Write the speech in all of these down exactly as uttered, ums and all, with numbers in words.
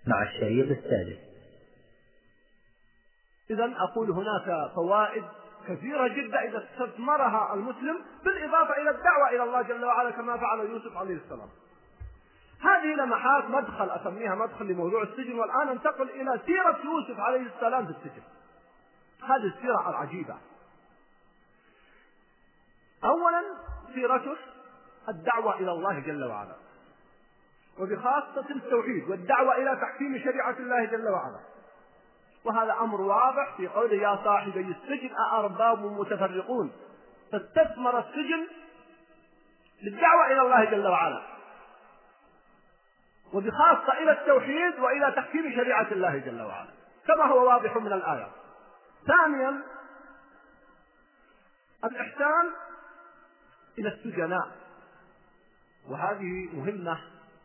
مع الشريط السادس. إذن أقول هناك فوائد كثيرة جدا إذا استثمرها المسلم، بالإضافة إلى الدعوة إلى الله جل وعلا كما فعل يوسف عليه السلام. هذه لمحات مدخل أسميها مدخل لموضوع السجن، والآن انتقل إلى سيرة يوسف عليه السلام في السجن. هذه السيرة العجيبة. أولا سيرته الدعوة إلى الله جل وعلا، وبخاصة التوحيد والدعوة إلى تحكيم شريعة الله جل وعلا، وهذا أمر واضح في قوله يا صاحبي السجن أأرباب متفرقون، فاستثمر السجن للدعوة إلى الله جل وعلا، وبخاصة إلى التوحيد وإلى تحكيم شريعة الله جل وعلا كما هو واضح من الآية. ثانيا الإحسان إلى السجناء، وهذه مهمة.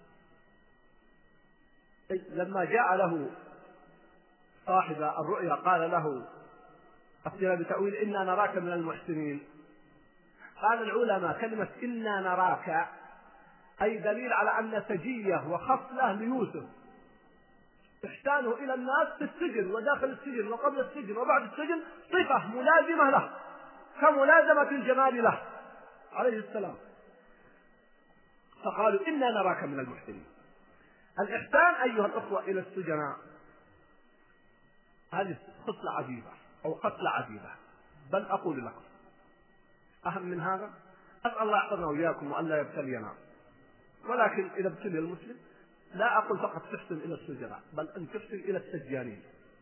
لما جاء له صاحب الرؤيا قال له أخبرنا بتأويل إنا نراك من المحسنين، قال العلماء كلمة إنا نراك أي دليل على أن سجية وخصلة ليوسف، إحسانه إلى الناس في السجن وداخل السجن وقبل السجن وبعد السجن صفة ملازمة له كملازمة الجمال له عليه السلام، فقالوا إنا نراك من المحسنين. الإحسان أيها الأخوة إلى السجناء هذه خصلة عجيبة أو خصلة عجيبة، بل أقول لكم أهم من هذا، أسأل الله يحفظنا وإياكم وأن لا يبتلينا، ولكن إذا ابتلي المسلم لا أقول فقط تحسن إلى السجناء، بل أن تحسن إلى السجانين.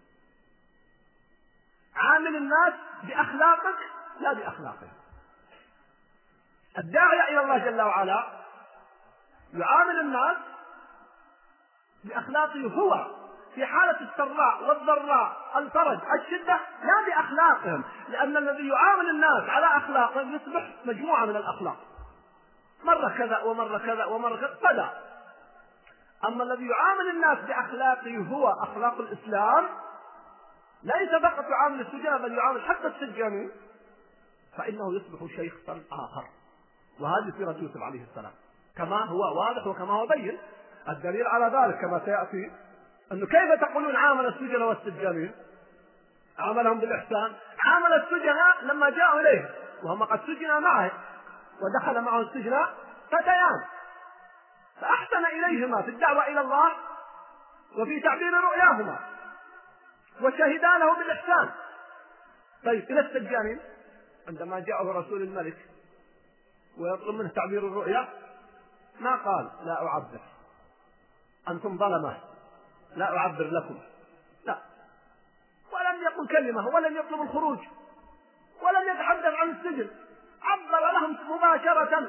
عامل الناس بأخلاقك لا بأخلاقهم. الداعية إلى الله جل وعلا يعامل الناس بأخلاقه هو في حالة السراء والضراء، الفرج الشدة، لا بأخلاقهم، لأن الذي يعامل الناس على أخلاقهم يصبح مجموعة من الأخلاق، مرة كذا ومرة كذا ومرة كذا فلا. أما الذي يعامل الناس بأخلاقه هو أخلاق الإسلام، ليس فقط يعامل السجناء بل يعامل حتى السجانين، فإنه يصبح شيخا آخر. وهذه سيرة يوسف عليه السلام كما هو واضح وكما هو بين. الدليل على ذلك كما سيأتي أنه كيف تقولون عامل السجن والسجانين؟ عاملهم بالإحسان. عامل السجناء لما جاءوا إليه وهم قد سجنا معه ودخل معه السجن فتيان، فأحسن إليهما في الدعوة إلى الله وفي تعبير رؤياهما وشهدا له بالإحسان. طيب إلى السجانين عندما جاءه رسول الملك ويطلب منه تعبير الرؤيا ما قال لا أعبر، أنتم ظلمة لا أعبر لكم، لا، ولم يقل كلمة ولم يطلب الخروج ولم يتحدث عن السجن، عبر لهم مباشرة.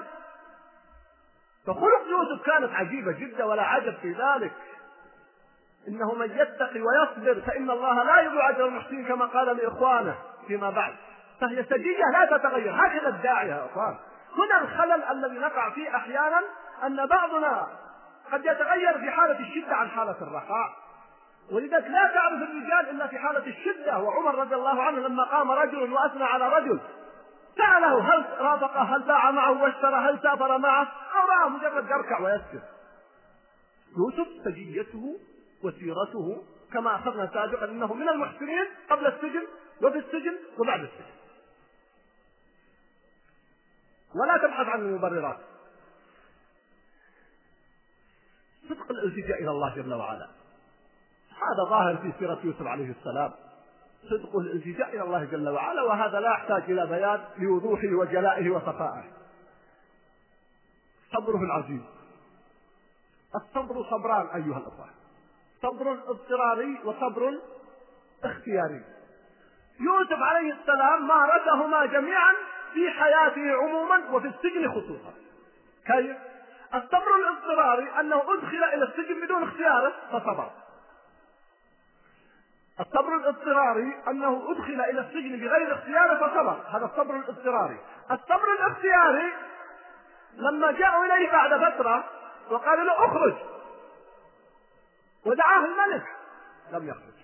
فخلق يوسف كانت عجيبة جدا ولا عجب في ذلك. إنه من يتقي ويصبر فإن الله لا يضيع أجر المحسنين كما قال لإخوانه فيما بعد. فهي سجية لا تتغير، هكذا الداعية يا أخوان. هنا الخلل الذي نقع فيه أحيانا أن بعضنا قد يتغير في حالة الشدة عن حالة الرخاء، ولذلك لا تعرف الرجال إلا في حالة الشدة. وعمر رضي الله عنه لما قام رجل وأثنى على رجل سأله هل رافقه، هل باع معه واشترى، هل سافر معه، أو رأى مجرد يركع ويسجد. يوسف سجيته وسيرته كما أخذنا سابقا إنه من المحسنين قبل السجن وفي السجن وبعد السجن. ولا تبحث عن المبررات. صدق الالتجاء إلى الله جل وعلا هذا ظاهر في سيرة يوسف عليه السلام، صدق الالتجاء إلى الله جل وعلا، وهذا لا يحتاج إلى بيان لوضوحه وجلائه وصفائه. صبره العزيز. الصبر صبران أيها الأخوة، صبر اضطراري وصبر اختياري. يوسف عليه السلام مارسهما جميعا في حياته عموما وفي السجن خصوصا. كيف؟ الصبر الاضطراري أنه أدخل إلى السجن بدون اختياره فصبر. الصبر الاضطراري أنه أدخل إلى السجن بغير اختياره فصبر، هذا الصبر الاضطراري. الصبر الاختياري لما جاءوا إليه بعد فترة وقالوا له اخرج ودعاه الملك لم يخرج،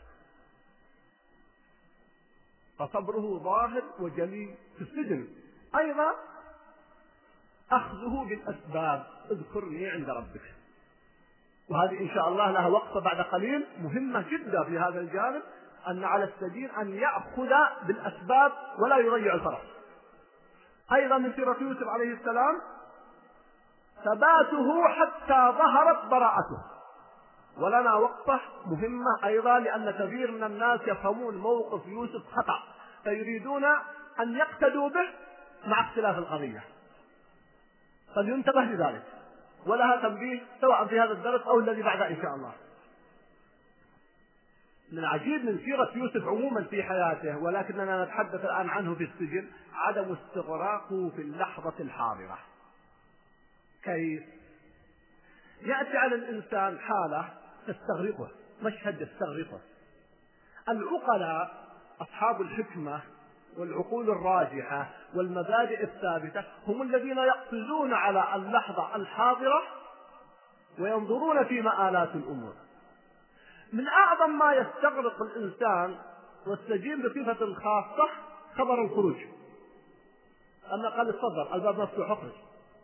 فصبره ظاهر وجلي في السجن. أيضا أخذه بالأسباب، اذكرني عند ربك، وهذه إن شاء الله لها وقفة بعد قليل مهمة جدا في هذا الجانب، أن على السجين أن يأخذ بالأسباب ولا يضيع الفرح. أيضا من سيرة يوسف عليه السلام ثباته حتى ظهرت براءته، ولنا وقفة مهمة أيضا، لأن كثير من الناس يفهمون موقف يوسف خطأ فيريدون أن يقتدوا به مع اختلاف القضية، فلينتبه لذلك، ولها تنبيه سواء في هذا الدرس أو الذي بعده إن شاء الله. من العجيب من سيرة يوسف عموما في حياته، ولكننا نتحدث الآن عنه في السجن، عدم استغراقه في اللحظة الحاضرة. كيف؟ يأتي على الإنسان حالة تستغرقه، مشهد يستغرقه. العقلاء أصحاب الحكمة والعقول الراجحة والمبادئ الثابتة هم الذين يقفزون على اللحظة الحاضرة وينظرون في مآلات الأمور. من أعظم ما يستغرق الإنسان والسجين بصفة خاصة خبر الخروج، أما قال الصدر الباب مفتوح اخرج،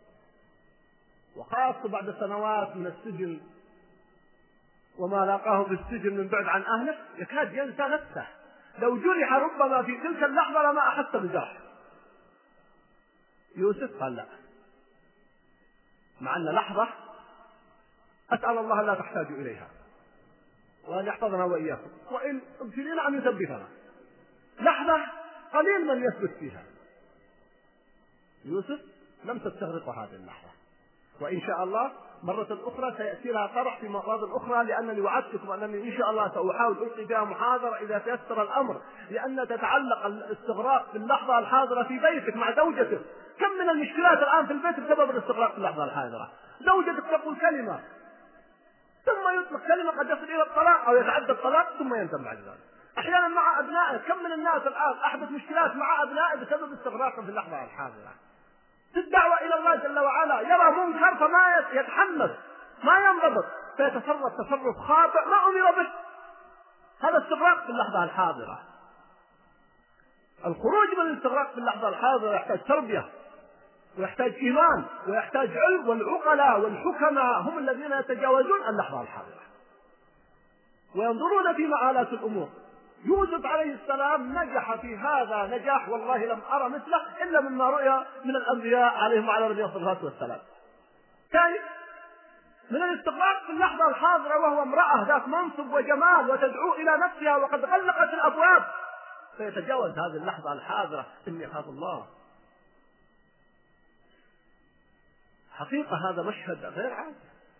وخاصة بعد سنوات من السجن وما لاقاه في السجن من بعد عن أهله يكاد ينسى نفسه، لو جرح ربما في تلك اللحظة لما أحس بالجرح. يوسف قال لا، مع أن لحظة أسأل الله لا تحتاج إليها وأن يحفظنا وإياكم، وإن ابتلينا أن يثبتنا، لحظة قليل من يثبت فيها. يوسف لم تستغرق هذه اللحظة، وإن شاء الله مرة أخرى سيأتي لها طرح في مواضع أخرى، لأنني وعدتكم أنني إن شاء الله سأحاول ألقي فيها محاضرة إذا تيسر الأمر، لأن تتعلق الاستغراق في اللحظة الحاضرة في بيتك مع زوجتك. كم من المشكلات الآن في البيت بسبب الاستغراق في اللحظة الحاضرة. زوجتك تقول كلمة ثم يطلق كلمة قد يصل إلى الطلاق أو يتعدى الطلاق ثم ينتم بعد ذلك. أحيانا مع أبنائك، كم من الناس الآن أحدث مشكلات مع أبنائه بسبب استغراق في اللحظة الحاضرة. في الدعوة إلى الله جل وعلا يرى منكر فما يتحمس، ما ينضبط، فيتصرف تصرف خاطئ ما أمر به. هذا استغراق في اللحظة الحاضرة. الخروج من الاستغراق في اللحظة الحاضرة يحتاج تربية ويحتاج إيمان ويحتاج علم، والعقلاء والحكماء هم الذين يتجاوزون اللحظة الحاضرة وينظرون في مآلات الأمور. يوسف عليه السلام نجح في هذا نجاح والله لم أرى مثله إلا مما رؤي من الأنبياء عليهم وعلى نبينا الصلاة والسلام. كيف؟ من الاستغراق في اللحظة الحاضرة وهو امرأة ذات منصب وجمال وتدعو إلى نفسها وقد غلقت الأبواب، فيتجاوز هذه اللحظة الحاضرة إني أخاف الله. حقيقة هذا مشهد غير عادي،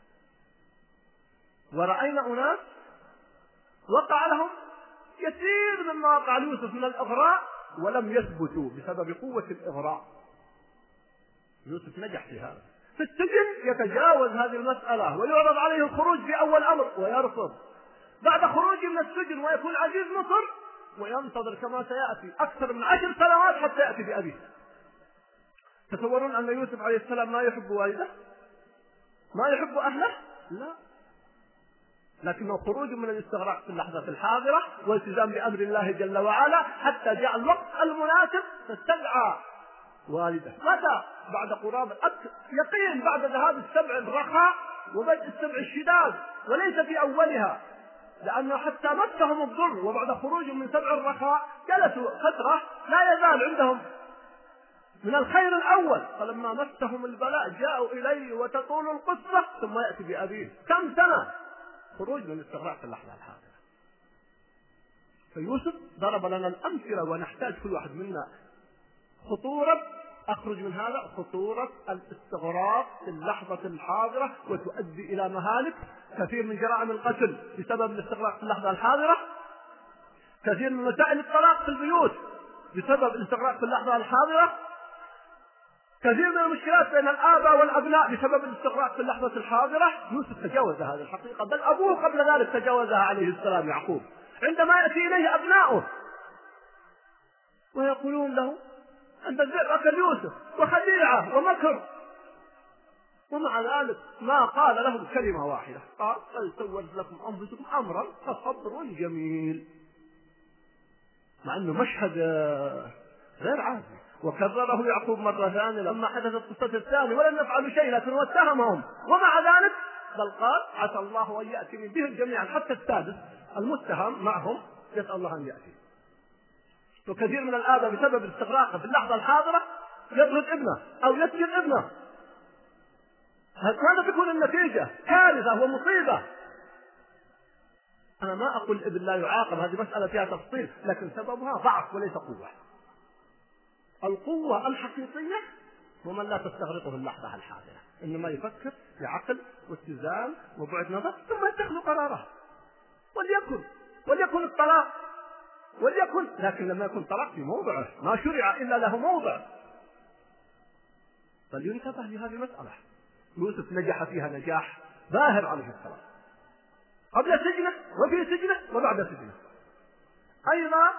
ورأينا أناس وقع لهم كثير مما وقع ليوسف من الإغراء ولم يثبتوا بسبب قوة الإغراء. يوسف نجح في هذا. في السجن يتجاوز هذه المسألة ويعرض عليه الخروج في أول أمر ويرفض، بعد خروجه من السجن ويكون عزيز مصر وينتظر كما سيأتي أكثر من عشر سنوات حتى يأتي بأبيه. تتصورون أن يوسف عليه السلام ما يحب والده؟ ما يحب أهله؟ لا، لكنه خروج من الاستغراق في اللحظة الحاضرة والتزام بأمر الله جل وعلا حتى جاء الوقت المناسب فاستدعى والده. متى؟ بعد قرابة يقين بعد ذهاب السبع الرخاء وبدء السبع الشداد، وليس في أولها، لأنه حتى مسهم الضر وبعد خروجهم من سبع الرخاء جلسوا فترة لا يزال عندهم من الخير الأول، فلما مسهم البلاء جاءوا إليه وتطول القصة ثم يأتي بأبيه. كم سنة خروج من الاستغراق في اللحظة الحاضرة. فيوسف ضرب لنا الأمثلة، ونحتاج كل واحد منا خطورة أخرج من هذا خطورة الاستغراق في اللحظة الحاضرة وتؤدي إلى مهالك. كثير من جرائم القتل بسبب الاستغراق في اللحظة الحاضرة، كثير من مسائل الطلاق في البيوت بسبب الاستغراق في اللحظة الحاضرة، كثير من المشكلات بين الآباء والأبناء بسبب الاستغراق في اللحظة الحاضرة. يوسف تجاوز هذه الحقيقة، بل أبوه قبل ذلك تجاوزها عليه السلام يعقوب، عندما يأتي إليه أبناؤه ويقولون له أنت الذئب أكل يوسف وخديعة ومكر، ومع ذلك ما قال لهم كلمة واحدة، قال بل سولت لكم أنفسكم أمرا فصبر جميل، مع أنه مشهد غير عادي. وكرره يعقوب مرة ثانية لما حدثت القصة الثانية ولم يفعلوا شيء لكن واتهمهم، ومع ذلك بل قال عسى الله أن يأتي بهم جميعا، حتى السادس المتهم معهم يسأل الله أن يأتي. وكثير من الآباء بسبب استغراقه في اللحظة الحاضرة يطرد ابنه أو يسجن ابنه. هذا تكون النتيجة كارثة ومصيبة. أنا ما أقول ابن لا يعاقب، هذه مسألة فيها تفصيل، لكن سببها ضعف وليس قوة. القوة الحقيقية هو من لا تستغرقه اللحظة الحاضرة، إنما يفكر بعقل واتزان وبعد نظر ثم يتخذ قراره. وليكن وليكن الطلاق وليكن، لكن لما يكون طلاق في موضعه ما شرع إلا له موضع. فلينتبه لهذه المسألة. يوسف نجح فيها نجاح باهر عليه السلام، قبل سجنه وفي سجنه وبعد سجنه. أيضا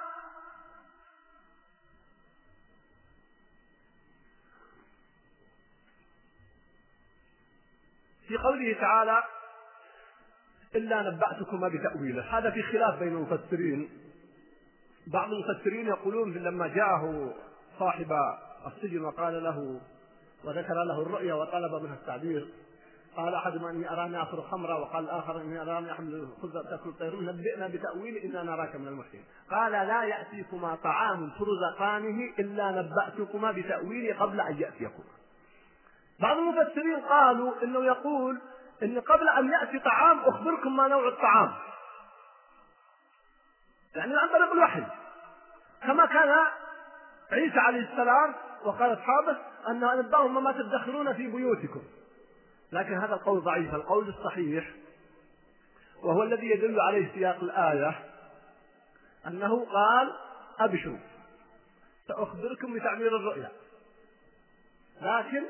في قوله تعالى إلا نبأتكما بتأويله، هذا في خلاف بين المفسرين. بعض المفسرين يقولون لما جاءه صاحب السجن وقال له وذكر له الرؤيا وطلب منه التعبير، قال أحدهم إني أراني أخرج خمرا، وقال الآخر إني أراني أحمل خبزا تأكل الطير، نبئنا بتأويل إنا نراك من المحسنين. قال لا يأتيكما طعام ترزقانه إلا نبأتكما بتأويله قبل أن يأتيكما. بعض المفسرين قالوا إنه يقول إن قبل أن يأتي طعام أخبركم ما نوع الطعام، يعني عن طريق الوحي، كما كان عيسى عليه السلام وقال أصحابه أن نبأهم ما تدخرون في بيوتكم. لكن هذا القول ضعيف. القول الصحيح وهو الذي يدل عليه سياق الآية أنه قال أبشروا سأخبركم بتعبير الرؤيا، لكن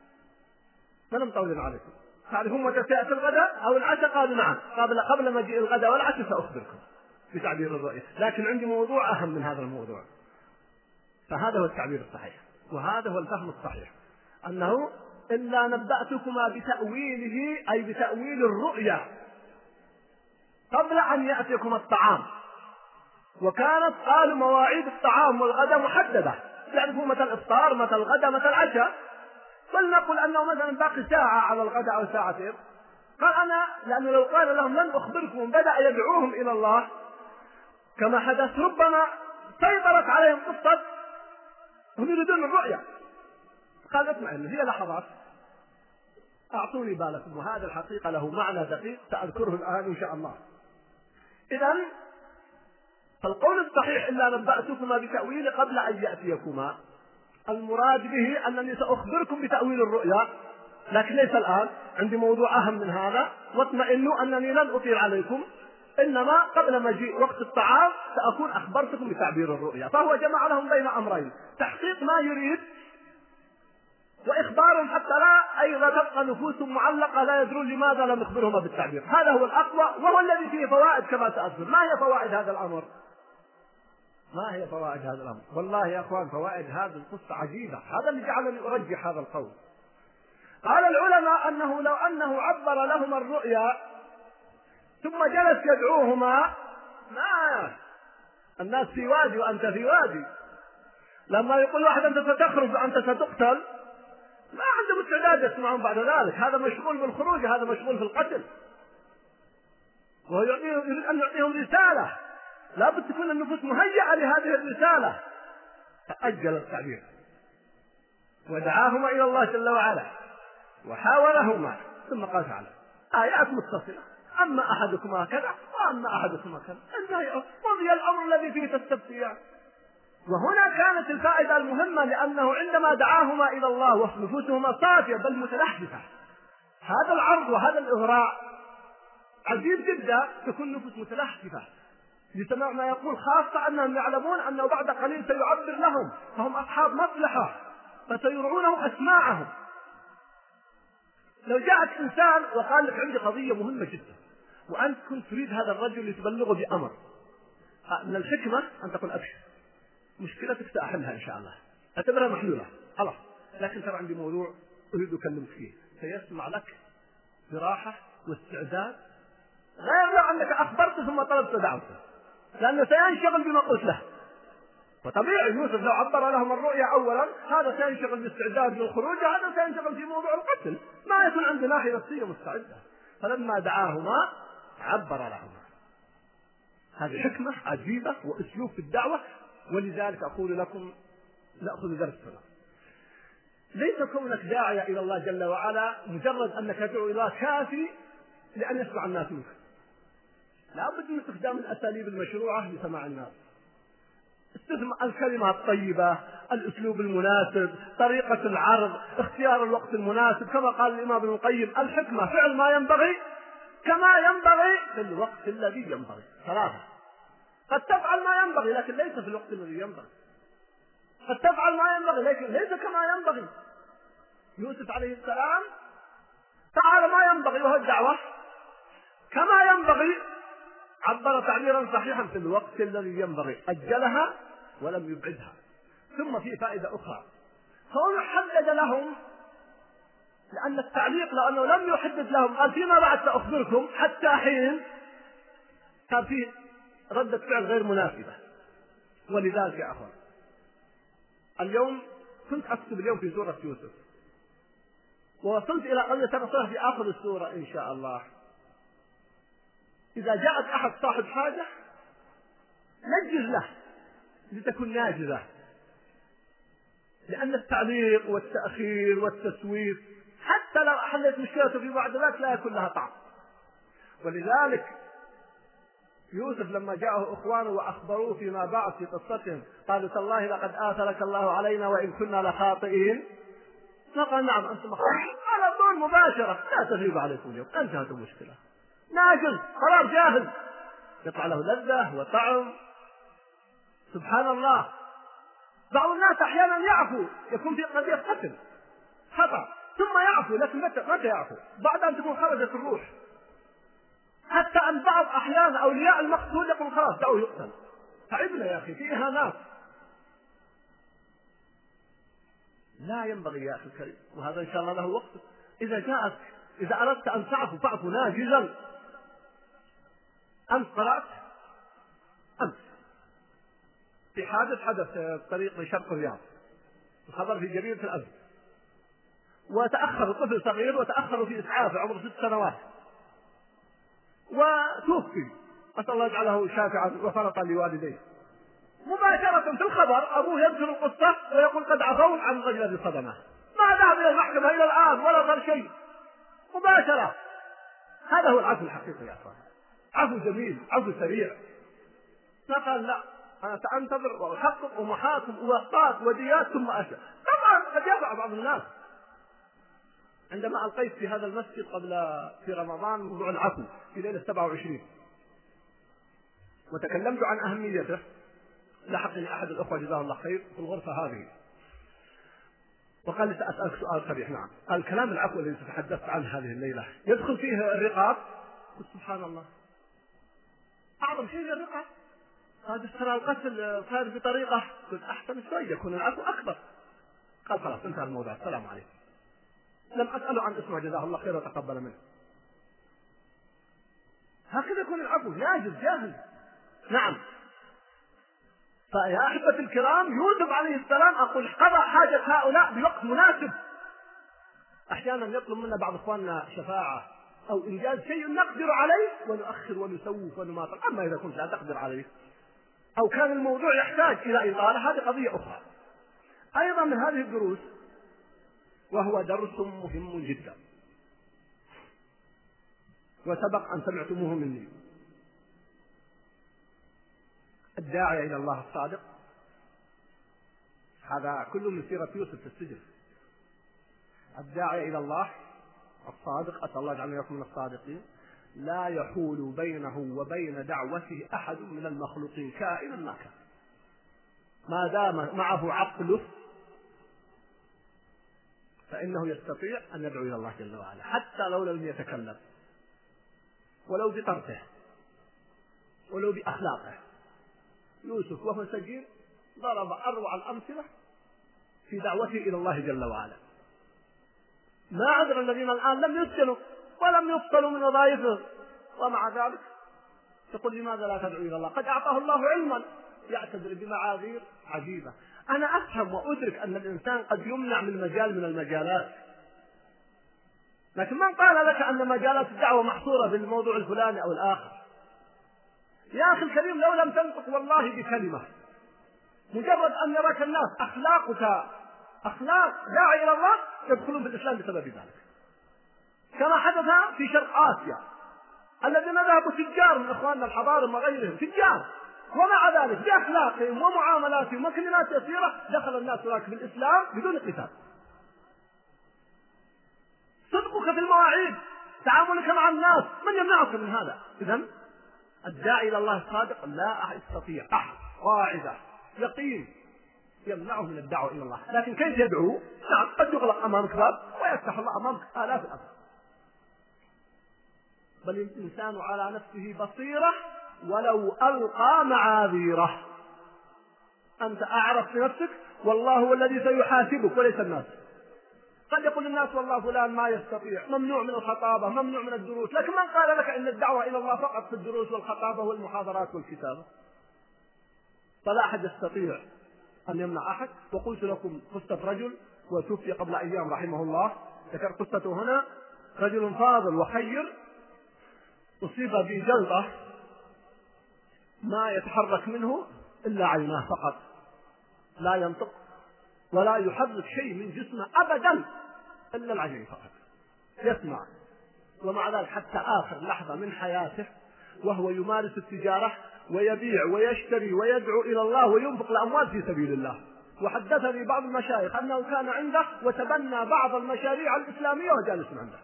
فلم طول عليكم، تعرفون متى سيأتي الغداء أو العشاء؟ قالوا نعم، قبل قبل مجيء الغداء والعشاء سأخبركم بتعبير الرؤيا، لكن عندي موضوع أهم من هذا الموضوع. فهذا هو التعبير الصحيح وهذا هو الفهم الصحيح، أنه إلا نبأتكما بتأويله أي بتأويل الرؤيا قبل أن يأتيكم الطعام. وكانت قالوا مواعيد الطعام والغداء محددة، تعرفوا متى الإفطار متى الغداء متى العشاء. فلنقل أنه مثلا باقي ساعة على الغداء أو ساعتين، قال أنا لأنه لو قال لهم لن أخبركم بدأ يدعوهم إلى الله كما حدث، ربما سيطرت عليهم قصة هم يريدون الرؤيا. قال اطمئن هي لحظات أعطوني بالكم، وهذا الحقيقة له معنى دقيق سأذكره الآن إن شاء الله. إذن فالقول الصحيح إلا نبأتكما بتأويل قبل أن يأتيكما، المراد به أنني سأخبركم بتأويل الرؤيا، لكن ليس الآن، عندي موضوع أهم من هذا، واطمئنوا أنني لن أطيل عليكم، إنما قبل مجيء وقت الطعام سأكون أخبرتكم بتعبير الرؤيا. فهو جمع لهم بين أمرين، تحقيق ما يريد وإخبارهم حتى لا أيضا تبقى نفوسهم معلقة لا يدرون لماذا لم يخبرهما بالتعبير. هذا هو الأقوى وهو الذي فيه فوائد كما سأذكر. ما هي فوائد هذا الأمر؟ ما هي فوائد هذا الأمر؟ والله يا أخوان فوائد هذه القصة عجيبة، هذا اللي جعلني أرجح هذا القول. قال العلماء أنه لو أنه عبر لهما الرؤيا ثم جلس يدعوهما، ما الناس في وادي وأنت في وادي، لما يقول واحد أنت ستخرج وأنت ستقتل ما عنده استعداد يسمعون بعد ذلك، هذا مشغول بالخروج، هذا مشغول في القتل، وهو يريد أن يعطيهم رسالة، لا بد تكون النفوس مهيئة لهذه الرسالة. فأجل التعبير ودعاهما إلى الله جل وعلا وحاورهما، ثم قال تعالى آيات متصلة، أما أحدكما كذا وأما أحدكما كذا، وضي الأمر الذي فيه تستفتيان. وهنا كانت الفائدة المهمة، لأنه عندما دعاهما إلى الله ونفوسهما صافية بل متلحفة، هذا العرض وهذا الإغراء عجيب جدا، تكون نفوس متلحفة لسماع ما يقول، خاصة أنهم يعلمون أنه بعد قليل سيعبر لهم، فهم أصحاب مصلحة فسيرعونهم أسماعهم. لو جاءك إنسان وقال لك عندي قضية مهمة جدا وأنت كنت تريد هذا الرجل لتبلغه بأمر، من الحكمة أن تقول أبشر مشكلتك سأحلها إن شاء الله، اعتبرها محلولة خلاص، لكن ترى عندي موضوع أريد أكلمك فيه. سيسمع لك براحة واستعداد، غير لو أنك أخبرته ثم طلبت دعوته، لأنه سينشغل بما قلت له. وطبيعي يوسف لو عبر لهم الرؤيا أولا هذا سينشغل بالاستعداد للخروج، هذا سينشغل في موضوع القتل، ما يكون عنده ناحية نفسية مستعدة. فلما دعاهما عبر لهما. هذه حكمة عجيبة وأسلوب في الدعوة. ولذلك أقول لكم نأخذ درسنا. ليس كونك داعية إلى الله جل وعلا مجرد أنك تدعو إلى الله كافي لأن يسمع الناس منك. لا بد من استخدام الأساليب المشروعة لسماع الناس. استخدام الكلمة الطيبة، الأسلوب المناسب، طريقة العرض، اختيار الوقت المناسب، كما قال الإمام ابن القيم: الحكمة فعل ما ينبغي كما ينبغي في الوقت الذي ينبغي. ثلاثة: قد تفعل ما ينبغي لكن ليس في الوقت الذي ينبغي. قد تفعل ما ينبغي لكن ليس كما ينبغي. يوسف عليه السلام فعل ما ينبغي وهو الدعوة كما ينبغي، عبر تعبيرا صحيحا في الوقت الذي ينبغي، أجلها ولم يبعدها. ثم في فائدة أخرى، فهو حدد لهم، لأن التعليق لو أنه لم يحدد لهم قال فيما بعد سأخبركم حتى حين، كان فيه ردة فعل غير مناسبة. ولذلك يا أخوان اليوم كنت أكتب اليوم في سورة يوسف، ووصلت إلى قضية سنصلها في آخر السورة إن شاء الله. إذا جاءت أحد صاحب حاجة نجز له لتكون ناجزة، لأن التعليق والتأخير والتسويف حتى لو حلت مشكلته في بعض ذلك لا يكون لها طعم. ولذلك يوسف لما جاءه إخوانه وأخبروه فيما بعد في قصتهم قالوا: تالله لقد آثرك الله علينا وإن كنا لخاطئين. فقال: نعم أنتم خاطئين. على طول مباشرة: لا تغيب عليكم اليوم، انتهت المشكلة، ناجز خلاص جاهز، يطلع له لذة وطعم. سبحان الله. بعض الناس أحيانا يعفو، يكون في قضية قتل خطأ ثم يعفو، لكن متى متى يعفو؟ بعد أن تكون خرجت الروح. حتى أن بعض أحيانا أولياء المقتول يقول: خلاص دعوه يقتل. تعبنا يا أخي، في إهانات. لا ينبغي يا أخي الكريم، وهذا إن شاء الله له وقت. إذا جاءت إذا أردت أن تعفو فاعفو ناجزا. أمس قرأت أمس في حادث حدث في طريق شرق الرياض، الخبر في جريدة الأمس، وتأخر طفل صغير وتأخروا في إسعافه عمره ست سنوات وتوفي، أسأل الله يجعله شافعا وفرطا لوالديه. مباشرة في الخبر أبوه يذكر القصة ويقول: قد عفوت عن الرجل الذي صدمه. ما ذهب إلى المحكمة إلى الآن ولا صار شيء، مباشرة. هذا هو العفو الحقيقي يا أخوان، عفو جميل، عفو سريع. فقال: لا، أنا سأنتظر وأحقق ومحاكم ووقات وديات ثم أشهد. طبعا قد يقع بعض الناس. عندما ألقيت في هذا المسجد قبل في رمضان موضوع العفو في ليلة سبعة وعشرين وتكلمت عن أهميته، لحقني أحد الأخوة جزاه الله خير في الغرفة هذه وقال لي: سأسألك سؤال صريح. نعم. قال: كلام العفو الذي تحدثت عنه هذه الليلة يدخل فيه الرقاب؟ قلت: سبحان الله، أعظم شيء الرقاب. قال: ترى القتل صار بطريقة. قلت: أحسن شوي يكون العفو أكبر. قال: خلاص انتهى الموضوع، السلام عليكم. لم أسأله عن اسمه جزاه الله خير وتقبل منه. هكذا يكون العفو ناجز جاهز. نعم. فيا أحبة الكرام، يوسف عليه السلام أقول قضى حاجة هؤلاء بوقت مناسب. أحيانا يطلب منا بعض إخواننا شفاعة أو إنجاز شيء نقدر عليه ونؤخر ونسوف ونماطل. أما إذا كنت لا تقدر عليه أو كان الموضوع يحتاج إلى إطالة هذه قضية أخرى. أيضا من هذه الدروس، وهو درس مهم جدا وسبق أن سمعتموه مني: الداعي إلى الله الصادق، هذا كله من سيرة يوسف في السجن. الداعي إلى الله الصادق، أسأل الله يجعلنا من الصادقين، لا يحول بينه وبين دعوته أحد من المخلوقين كائنا ما كان، ما دام معه عقله فإنه يستطيع أن يدعو إلى الله جل وعلا حتى لو لم يتكلم، ولو بطرفه ولو بأخلاقه. يوسف وهو سجين ضرب أروع الأمثلة في دعوته إلى الله جل وعلا. ما عذر الذين الآن لم يسجنوا ولم يفصلوا من وظائفهم ومع ذلك تقول: لماذا لا تدعو إلى الله؟ قد أعطاه الله علما يعتذر بمعاذير عجيبة. أنا أفهم وأدرك أن الإنسان قد يمنع من مجال من المجالات لكن من قال لك أن مجالات الدعوة محصورة بالموضوع الفلاني أو الآخر؟ يا أخي الكريم، لو لم تنطق والله بكلمة، مجرد أن يراك الناس أخلاقك أخلاق داعي إلى الله يدخلون في الإسلام بسبب ذلك، كما حدث في شرق آسيا الذين ذهبوا تجار من إخواننا الحضارم وغيرهم، تجار، ومع ذلك بأخلاقهم ومعاملاتهم وكلمات يسيرة دخل الناس هناك في الإسلام بدون قتال. صدقك في المواعيد، تعاملك مع الناس، من يمنعك من هذا؟ إذن الداعي إلى الله الصادق لا يستطيع أحد قاعدة يقين يمنعه من الدعوة إلى الله. لكن كيف يدعو؟ نعم، قد يغلق أمامك باب ويفتح الله أمامك آلاف الأبواب. بل الإنسان على نفسه بصيرة ولو ألقى معاذيره. أنت أعرف بنفسك، والله هو الذي سيحاسبك وليس الناس. قد يقول الناس والله فلان ما يستطيع، ممنوع من الخطابة، ممنوع من الدروس، لكن من قال لك أن الدعوة إلى الله فقط في الدروس والخطابة والمحاضرات والكتابة؟ فلا أحد يستطيع أن يمنع أحد. وقلت لكم قصة رجل وتوفي قبل أيام رحمه الله، ذكر قصته هنا، رجل فاضل وخير أصيب بجلطة ما يتحرك منه إلا عيناه فقط، لا ينطق ولا يحرك شيء من جسمه أبدا إلا العين فقط، يسمع. ومع ذلك حتى آخر لحظة من حياته وهو يمارس التجارة ويبيع ويشتري ويدعو إلى الله وينفق الأموال في سبيل الله. وحدثني بعض المشايخ أنه كان عنده وتبنى بعض المشاريع الإسلامية وجالس عنده،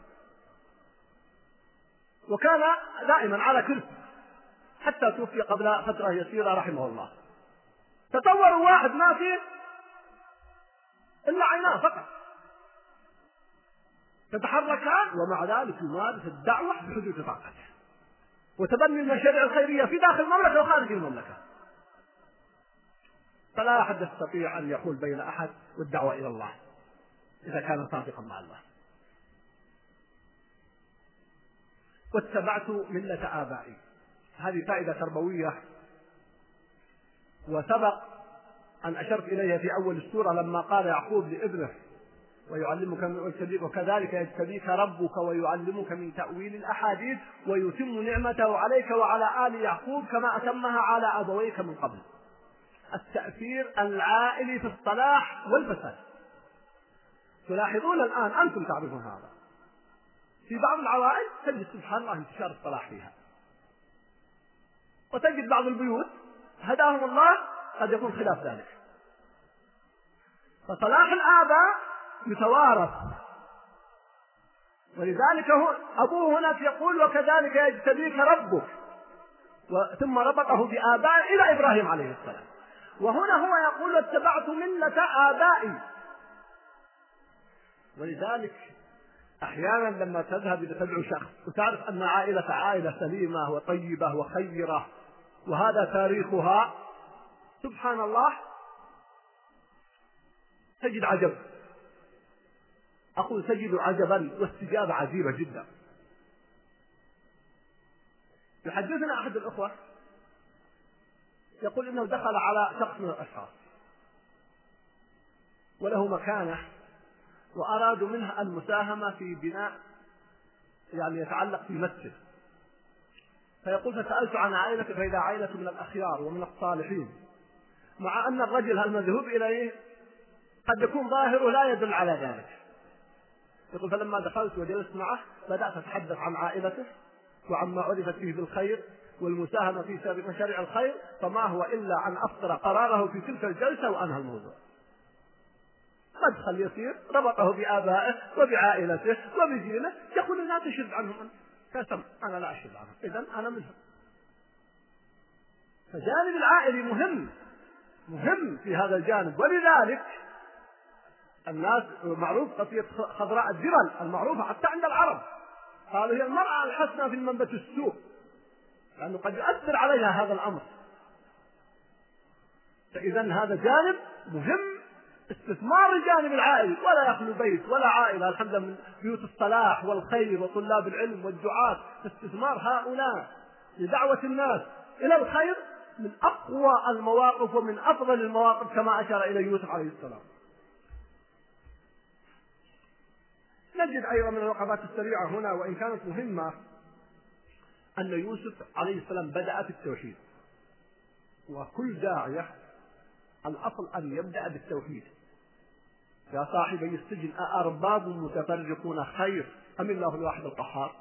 وكان دائما على كرسي حتى توفي قبل فترة يسيرة رحمه الله. تصوروا واحد ما فيه إلا عيناه فقط تتحركان، ومع ذلك يمارس الدعوة بحدود طاقته وتبني المشاريع الخيرية في داخل المملكة وخارج المملكة. فلا أحد يستطيع أن يحول بين أحد والدعوة إلى الله إذا كان صادقا مع الله. واتبعت ملة آبائي، هذه فائدة تربوية وسبق أن أشرت إليها في أول السورة لما قال يعقوب لابنه ويعلمك من وكذلك يجتبيك ربك ويعلمك من تأويل الأحاديث ويتم نعمته عليك وعلى آل يعقوب كما أتمها على أبويك من قبل. التأثير العائلي في الصلاح والفساد. تلاحظون الآن، أنتم تعرفون هذا، في بعض العوائل تجد سبحان الله انتشار الصلاح فيها، وتجد بعض البيوت هداهم الله قد يكون خلاف ذلك. فصلاح الآباء يتوارث، ولذلك هو أبوه هناك يقول وكذلك يجتبيك ربك، ثم ربطه بآباء إلى إبراهيم عليه السلام. وهنا هو يقول اتبعت ملة آبائي. ولذلك أحيانا لما تذهب إلى تدعو شخص وتعرف أن عائلة عائلة سليمة وطيبة وخيرة وهذا تاريخها، سبحان الله تجد عجب، أقول تجد عجبا واستجابة عجيبة جدا. يحدثنا أحد الأخوة يقول إنه دخل على شخص من الأشخاص وله مكانة وأرادوا منها المساهمة في بناء يعني يتعلق في مسجد، فيقول فسألت عن عائلته فإذا عائلة من الأخيار ومن الصالحين، مع أن الرجل المذهوب إليه قد يكون ظاهره لا يدل على ذلك. يقول فلما دخلت وجلست معه بدأت أتحدث عن عائلته وعما عرفت فيه بالخير والمساهمة في مشاريع الخير، فما هو إلا أن أصدر قراره في تلك الجلسة وأنهى الموضوع. مدخل يسير ربطه بآبائه وبعائلته وبدينه، يقول لا تشد عنهم، كسم أنا لا أشد عنهم، إذن أنا منهم. فجانب العائلي مهم مهم في هذا الجانب. ولذلك الناس معروف قضية خضراء الجبل المعروفة حتى عند العرب، قالوا هي المرأة الحسنة في المنبت السوء، لأنه قد يؤثر عليها هذا الأمر. فإذن هذا جانب مهم، استثمار الجانب العائلي، ولا يخلو بيت ولا عائلة الحمد لله من بيوت الصلاح والخير وطلاب العلم والدعاة. استثمار هؤلاء لدعوة الناس إلى الخير من أقوى المواقف ومن أفضل المواقف كما أشار إلى يوسف عليه السلام. نجد أيضا من الوقفات السريعة هنا وإن كانت مهمة أن يوسف عليه السلام بدأ بالتوحيد، وكل داعية الأصل أن يبدأ بالتوحيد. يا صاحبي السجن أأرباب متفرقون خير أم الله الواحد القهار؟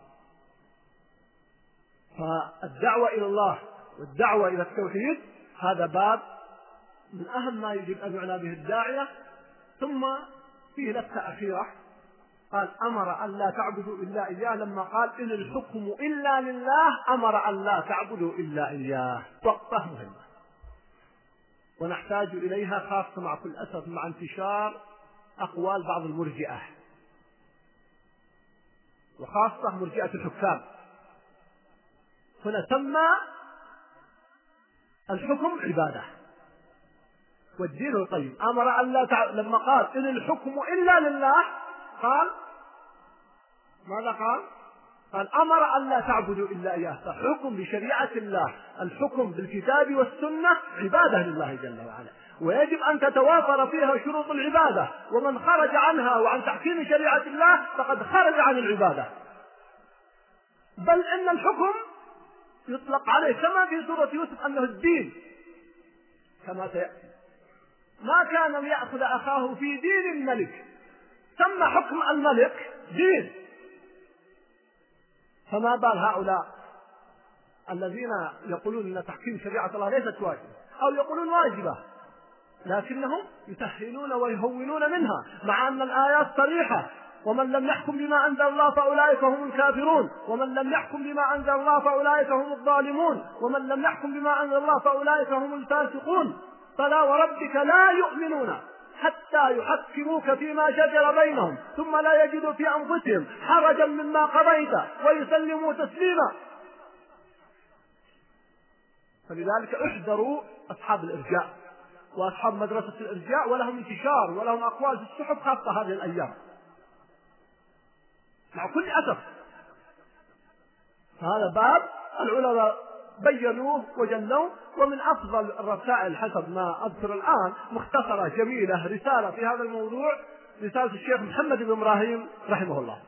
فالدعوة إلى الله والدعوة إلى التوحيد هذا باب من أهم ما يجب أن يعنى به الداعية. ثم فيه لفتة أخيرة، قال أمر أن لا تعبدوا إلا إياه، لما قال إن الحكم إلا لله أمر أن لا تعبدوا إلا إياه. وقفة مهمة ونحتاج إليها خاصة مع كل أسف مع انتشار أقوال بعض المرجئة وخاصة مرجئة الحكام. هنا سمى الحكم عبادة والدين القيم. أمر أن لا تع... لما قال إن الحكم إلا لله قال ماذا قال؟ قال أمر أن لا تعبدوا إلا إياه. فحكم بشريعة الله، الحكم بالكتاب والسنة عبادة لله جل وعلا، ويجب أن تتوافر فيها شروط العبادة، ومن خرج عنها وعن تحكيم شريعة الله فقد خرج عن العبادة. بل إن الحكم يطلق عليه كما في سورة يوسف أنه الدين كما سيأتي. ما كان ليأخذ أخاه في دين الملك، سمى حكم الملك دين. فما بال هؤلاء الذين يقولون أن تحكيم شريعة الله ليست واجبة أو يقولون واجبة لكنهم يسهلون ويهونون منها، مع أن الآيات صريحة: ومن لم يحكم بما أنزل الله فأولئك هم الكافرون، ومن لم يحكم بما أنزل الله فأولئك هم الظالمون، ومن لم يحكم بما أنزل الله فأولئك هم الفاسقون. فلا وربك لا يؤمنون حتى يحكموك فيما شجر بينهم ثم لا يجدوا في أنفسهم حرجا مما قضيت ويسلموا تسليما. فلذلك احذروا أصحاب الإرجاء وأصحاب مدرسة الإرجاء، ولهم انتشار ولهم أقوال في الصحف خاصة هذه الأيام مع كل أسف. هذا باب العلماء بينوه وجلوه. ومن أفضل الرسائل حسب ما أذكر الآن مختصرة جميلة رسالة في هذا الموضوع، رسالة الشيخ محمد بن إبراهيم رحمه الله.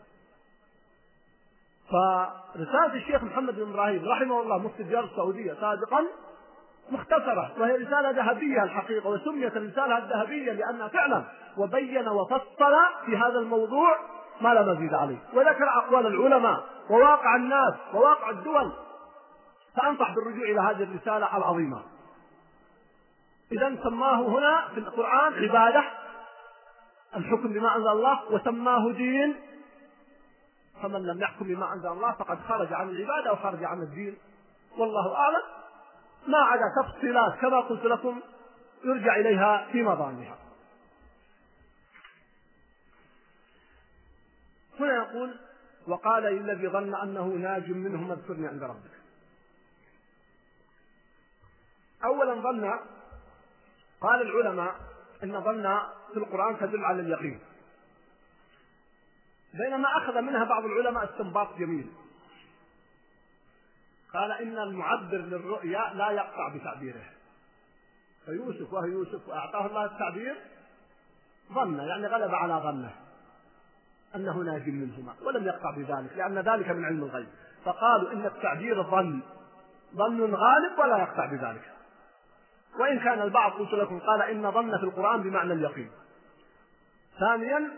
فرسالة الشيخ محمد بن إبراهيم رحمه الله مفتي الديار السعودية سابقا مختصرة، وهي رسالة ذهبية الحقيقة، وسميت الرسالة الذهبية لأنها فعلا وبين وفصل في هذا الموضوع ما لا مزيد عليه، وذكر أقوال العلماء وواقع الناس وواقع الدول. فأنصح بالرجوع إلى هذه الرسالة العظيمة. إذن سماه هنا في القرآن عبادة، الحكم بما أنزل الله، وسماه دين. فمن لم يحكم بما أنزل الله فقد خرج عن العبادة وخرج عن الدين، والله أعلم. ما عدا تفصيلات كما قلت لكم يرجع إليها في مضامها. هنا يقول: وقال للذي ظن أنه ناج منهم اذكرني عند ربك. أولا ظن، قال العلماء إن ظن في القرآن تدل على اليقين، بينما أخذ منها بعض العلماء استنباط جميل. قال إن المعبر للرؤيا لا يقطع بتعبيره، فيوسف وهو يوسف وأعطاه الله التعبير ظن، يعني غلب على ظنه أنه ناج منهما ولم يقطع بذلك لأن ذلك من علم الغيب. فقالوا إن التعبير ظن ظن غالب ولا يقطع بذلك، وإن كان البعض قلت لكم قال إن ظن في القرآن بمعنى اليقين. ثانيا،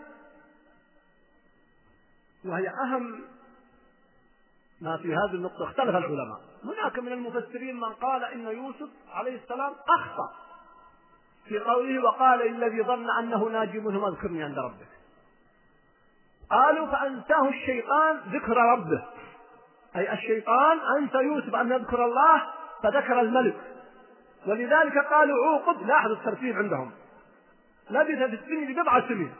وهي أهم ما في هذه النقطة، اختلف العلماء. هناك من المفسرين من قال إن يوسف عليه السلام أخطأ في قوله وقال الذي ظن أنه ناجي منهم اذكرني عند ربك. قالوا فأنساه الشيطان ذكر ربه، أي الشيطان أنسى يوسف أن يذكر الله فذكر الملك، ولذلك قالوا عوقب. لاحظوا الترتيب عندهم، لبث في السجن بضع سنين.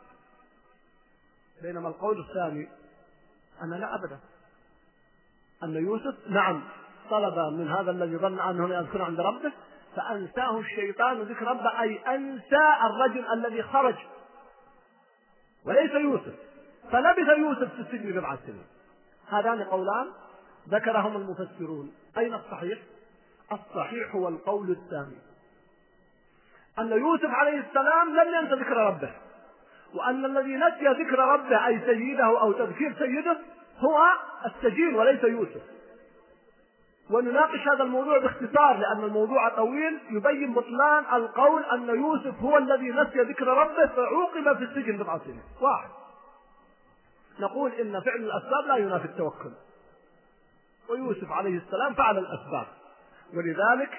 بينما القول الثاني أن لا أبدا، أن يوسف نعم طلب من هذا الذي ظن أنه يذكر عند ربه فأنساه الشيطان ذكر ربه، أي أنسى الرجل الذي خرج وليس يوسف، فلبث يوسف في السجن بضع سنين. هذان قولان ذكرهم المفسرون. أين الصحيح؟ الصحيح هو القول الثاني، أن يوسف عليه السلام لم ينس ذكر ربه، وأن الذي نسي ذكر ربه أي سيده أو تذكير سيده هو السجين وليس يوسف. ونناقش هذا الموضوع باختصار لأن الموضوع طويل، يبين بطلان القول أن يوسف هو الذي نسي ذكر ربه فعوقب في السجن بضع سنين. واحد، نقول إن فعل الأسباب لا ينافي التوكل، ويوسف عليه السلام فعل الأسباب، ولذلك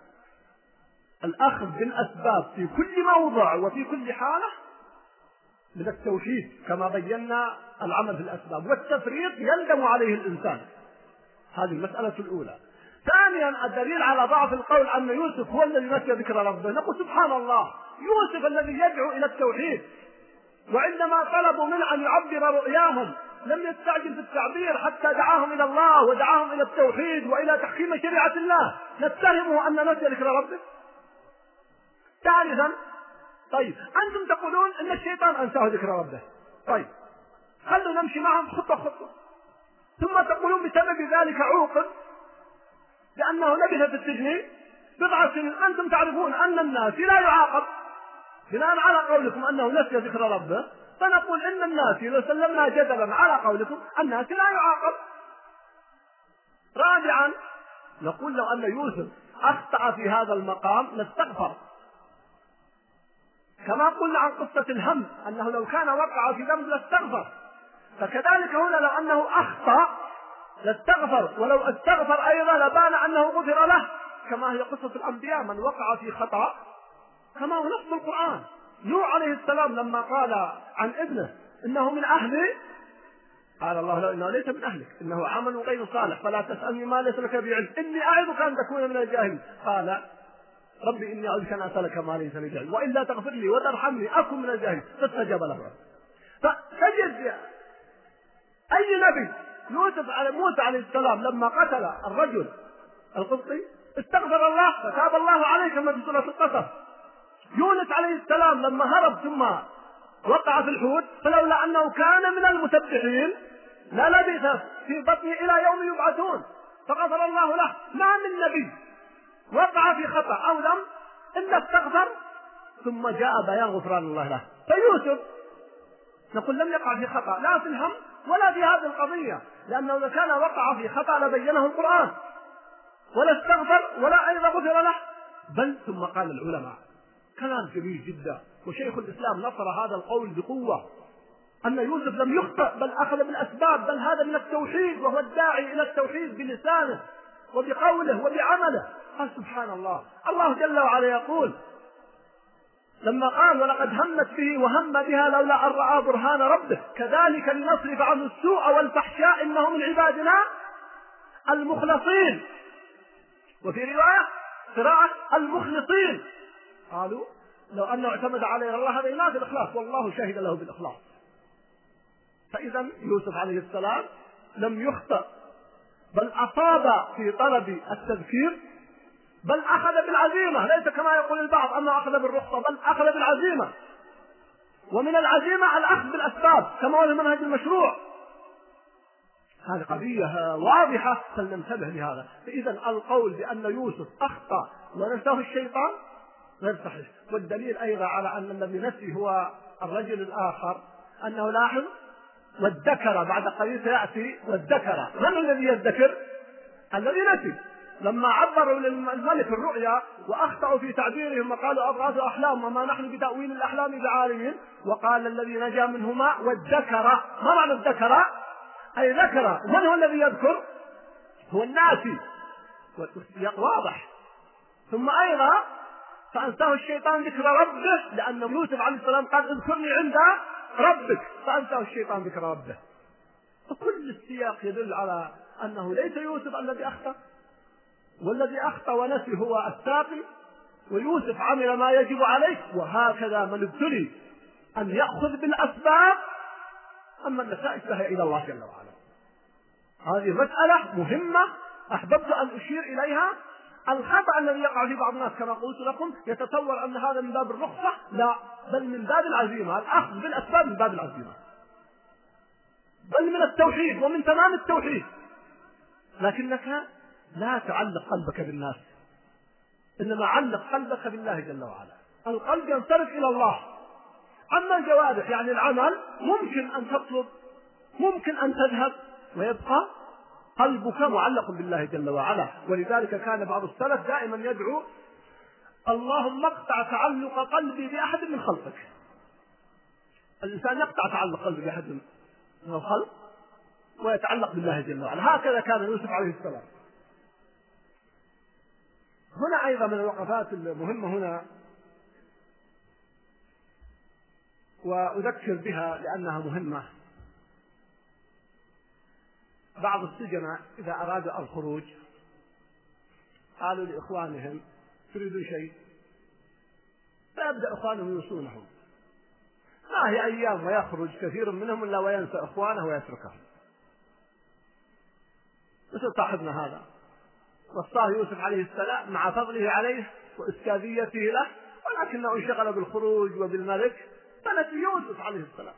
الأخذ بالأسباب في كل موضع وفي كل حالة من التوحيد كما بينا العمل في الأسباب، والتفريط يندم عليه الإنسان. هذه المسألة الأولى. ثانيا، الدليل على ضعف القول أن يوسف هو الذي نسي ذكر ربه، نقول سبحان الله، يوسف الذي يدعو إلى التوحيد، وعندما طلبوا منه أن يعبر رؤياهم لم يستعجل في التعبير حتى دعاهم إلى الله ودعاهم إلى التوحيد وإلى تحكيم شريعة الله، نتهمه أن نسي ذكر ربه. ثالثا، طيب أنتم تقولون أن الشيطان أنساه ذكر ربه، طيب خلوا نمشي معهم خطوة خطوة. ثم تقولون بسبب ذلك عوقب لأنه لبث في السجن بضع سنين. أنتم تعرفون أن الناس لا يعاقب بناء على قولكم أنه نسي ذكر ربه، فنقول إن الناس إذا سلمنا جدلا على قولكم الناس لا يعاقب. رابعا، نقول لو أن يوسف أخطأ في هذا المقام لاستغفر، كما قلنا عن قصة الهم أنه لو كان وقع في ذنب لاستغفر، فكذلك هنا لو أنه أخطأ لاستغفر، ولو استغفر أيضا لبان أنه غفر له، كما هي قصة الأنبياء من وقع في خطأ كما هو نص القرآن. نوح عليه السلام لما قال عن ابنه إنه من أهلي، قال الله له إنه ليس من أهلك إنه عمل غير صالح فلا تسألني ما ليس لك بعلم إني أعظك أن تكون من الجاهلين. قال ربي إني أعوذ أن أسألك ما ليس لي بعلم وإلا تغفر لي وترحمني أكن من الجاهلين، فاستجاب له. فتجد أي نبي، يوسف على موسى عليه السلام لما قتل الرجل القبطي استغفر الله فتاب الله عليه كما في سورة القصص. يونس عليه السلام لما هرب ثم وقع في الحوت فلولا أنه كان من المسبحين للبث في بطنه إلى يوم يبعثون فغفر الله له. ما من نبي وقع في خطأ أو ذنب إلا استغفر ثم جاء بيان غفران الله له. فيوسف نقول لم يقع في خطأ لا في الهم ولا في هذه القضية، لأنه إذا كان وقع في خطأ لبينه القرآن ولا استغفر ولا أيضا غفر له. بل ثم قال العلماء كلام جميل جدا، وشيخ الإسلام نصر هذا القول بقوة، أن يوسف لم يخطئ بل أخذ بالأسباب، بل هذا من التوحيد وهو الداعي إلى التوحيد بلسانه وبقوله وبعمله. قال سبحان الله، الله جل وعلا يقول لما قال ولقد همت به وهم بها لولا أن رأى برهان ربه كذلك لنصرف عنه السوء والفحشاء إنه من عبادنا المخلصين، وفي رواية قراءة المخلصين. قالوا لو أنه اعتمد عليه الله هذا ينافي الإخلاص والله شهد له بالإخلاص. فإذا يوسف عليه السلام لم يخطئ بل أصاب في طلب التذكير، بل أخذ بالعزيمة، ليس كما يقول البعض أنه أخذ بالرخصة، بل أخذ بالعزيمة. ومن العزيمة الأخذ بالأسباب كما هو المنهج المشروع. هذه قضية واضحة فلننتبه لهذا. فإذا القول بأن يوسف أخطأ ونساه الشيطان غير صحيح. والدليل أيضا على أن الذي نسي هو الرجل الآخر أنه لاحظ والذكر بعد قليل سيأتي والذكر. من الذي يذكر؟ الذي نسي. لما عبروا للملك الرؤيا وأخطأوا في تعبيرهم وقالوا أضغاث أحلام وما نحن بتأويل الأحلام بعالمين، وقال الذي نجا منهما والذكر. ما معنى الذكر؟ أي ذكر. من هو الذي يذكر؟ هو الناسي، والسياق واضح. ثم أيضا فأنساه الشيطان ذكر ربه، لأن يوسف عليه السلام قال اذكرني عند ربك، فأنساه الشيطان ذكر ربه. فكل السياق يدل على أنه ليس يوسف الذي أخطأ، والذي أخطأ ونسي هو الساقي، ويوسف عمل ما يجب عليه. وهكذا من ابتلي أن يأخذ بالأسباب، أما النتائج فهي إلى الله جل وعلا. هذه مسألة مهمة أحببت أن أشير إليها. الخطأ الذي يقع في بعض الناس كما قلت لكم يتصور أن هذا من باب الرخصة، لا، بل من باب العزيمة. الأخذ بالأسباب من باب العزيمة، بل من التوحيد ومن تمام التوحيد. لكنك لا تعلق قلبك بالناس، إنما علق قلبك بالله جل وعلا. القلب ينصرف إلى الله أما الجوارح يعني العمل ممكن أن تطلب، ممكن أن تذهب، ويبقى قلبك معلق بالله جل وعلا. ولذلك كان بعض السلف دائما يدعو: اللهم اقطع تعلق قلبي بأحد من خلقك. الإنسان يقطع تعلق قلبه بأحد من الخلق ويتعلق بالله جل وعلا. هكذا كان يوسف عليه السلام. هنا أيضا من الوقفات المهمة هنا، وأذكر بها لأنها مهمة. بعض السجناء إذا أرادوا الخروج قالوا لإخوانهم: تريدوا شيء؟ فيبدأ إخوانهم يوصونهم. ما هي أيام ويخرج كثير منهم إلا وينسى إخوانه ويتركهم، مثل صاحبنا هذا. وصاه يوسف عليه السلام مع فضله عليه وإسكاذيته له، ولكنه انشغل بالخروج وبالملك فنسي يوسف عليه السلام.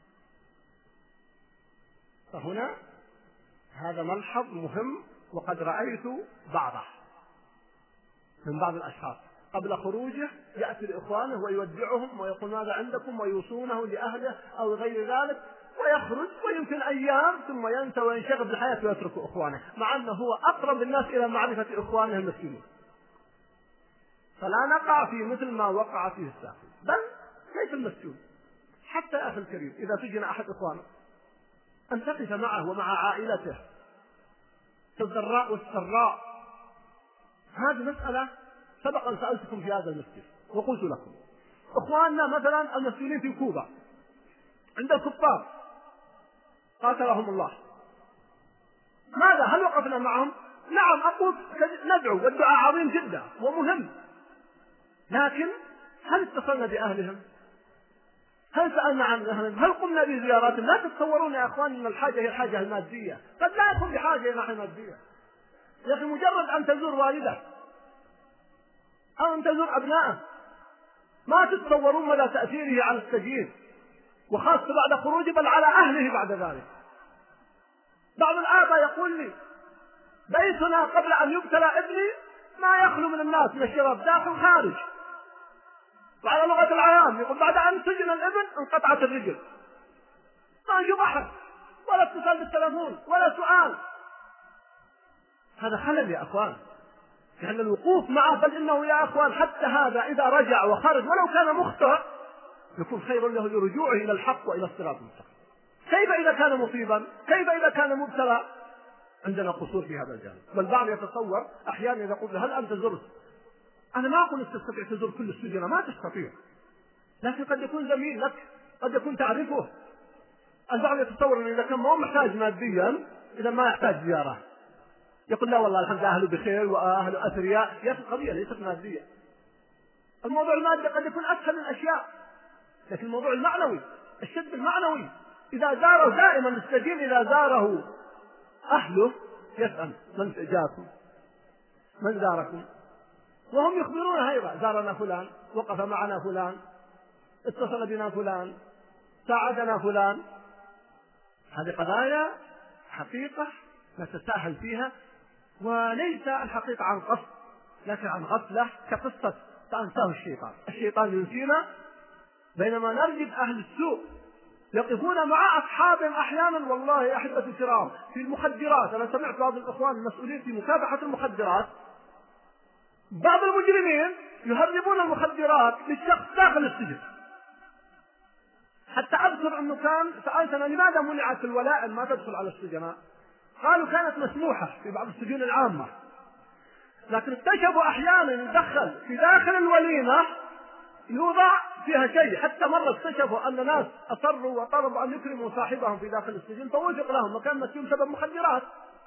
فهنا هذا ملحظ مهم، وقد رأيت بعضه من بعض الأشخاص قبل خروجه يأتي لإخوانه ويودعهم ويقول: ماذا عندكم؟ ويوصونه لأهله أو غير ذلك، ويخرج ويمكن أيام ثم ينسى وينشغل بالحياة ويترك إخوانه، مع أنه هو أقرب الناس إلى معرفة إخوانه المسلمين. فلا نقع في مثل ما وقع فيه الساقي، بل كيف المسجون. حتى يا أخي الكريم إذا سجن أحد إخوانه أن تقف معه ومع عائلته في الضراء والسراء. هذه مسألة سبق أن سألتكم في هذا المسجد وقلت لكم: إخواننا مثلا المسؤولين في كوبا عند الكفار قاتلهم الله، ماذا؟ هل وقفنا معهم؟ نعم، أقول ندعو، والدعاء عظيم جدا ومهم، لكن هل اتصلنا بأهلهم؟ هل سألنا عن أهلهم؟ هل قمنا بزياراتهم؟ لا تتصورون يا أخوان أن الحاجة هي الحاجة المادية، قد لا يكون بحاجة إلى الحاجة المادية. يا أخي مجرد أن تزور والده أو أن تزور أبنائه ما تتصورون مدى تأثيره على السجين، وخاصة بعد خروجه، بل على أهله بعد ذلك. بعض الآباء يقول لي: بيتنا قبل أن يبتلى ابني ما يخلو من الناس من الشباب داخل خارج. وعلى لغة العوام يقول: بعد أن سجن الابن انقطعت الرجل، ما نشوف أحد ولا اتصال بالتلفون ولا سؤال. هذا خلل يا أخوان، لأن يعني الوقوف معه، بل إنه يا أخوان حتى هذا إذا رجع وخرج ولو كان مخطئ يكون خير له لرجوعه إلى الحق وإلى الصراط المستقيم. كيف إذا كان مصيبا؟ كيف إذا كان مبتلى؟ عندنا قصور في هذا الجانب. بل بعض يتصور أحيانا إذا قلت: هل أنت زرت؟ أنا ما أقول تستطيع تزور كل السجناء، ما تستطيع، لكن قد يكون زميل لك، قد يكون تعرفه. البعض يتصور أنه إذا كان ما هو محتاج ماديا إذا ما يحتاج زيارة، يقول: لا والله الحمد لله أهله بخير وأهله أثرياء. يا أخي القضية ليست مادية. الموضوع المادي قد يكون أسهل الأشياء، لكن الموضوع المعنوي، الشد المعنوي. إذا زاره دائما السجين، إذا زاره أهله يسأل: من جاءكم؟ من زاركم؟ وهم يخبرون: هيبة زارنا فلان، وقف معنا فلان، اتصل بنا فلان، ساعدنا فلان. هذه قضايا حقيقة نتساهل فيها، وليس الحقيقة عن قصد لكن عن غفلة، كقصة تنساه الشيطان. الشيطان ينسينا بينما نرجد أهل السوء يقفون مع أصحابهم أحيانا. والله يا أحبة الكرام في المخدرات، أنا سمعت بعض الإخوان المسؤولين في مكافحة المخدرات، بعض المجرمين يهربون المخدرات للشخص داخل السجن. حتى أذكر أنه كان سألتنا: لماذا منعت الولائم ما تدخل على السجناء؟ قالوا: كانت مسموحة في بعض السجون العامة، لكن اكتشفوا أحيانا يدخل في داخل الوليمة يوضع فيها شيء. حتى مرة اكتشفوا أن ناس أصروا وطلبوا أن يكرموا صاحبهم في داخل السجن فوجق لهم، وكان مسجون سبب مخدرات،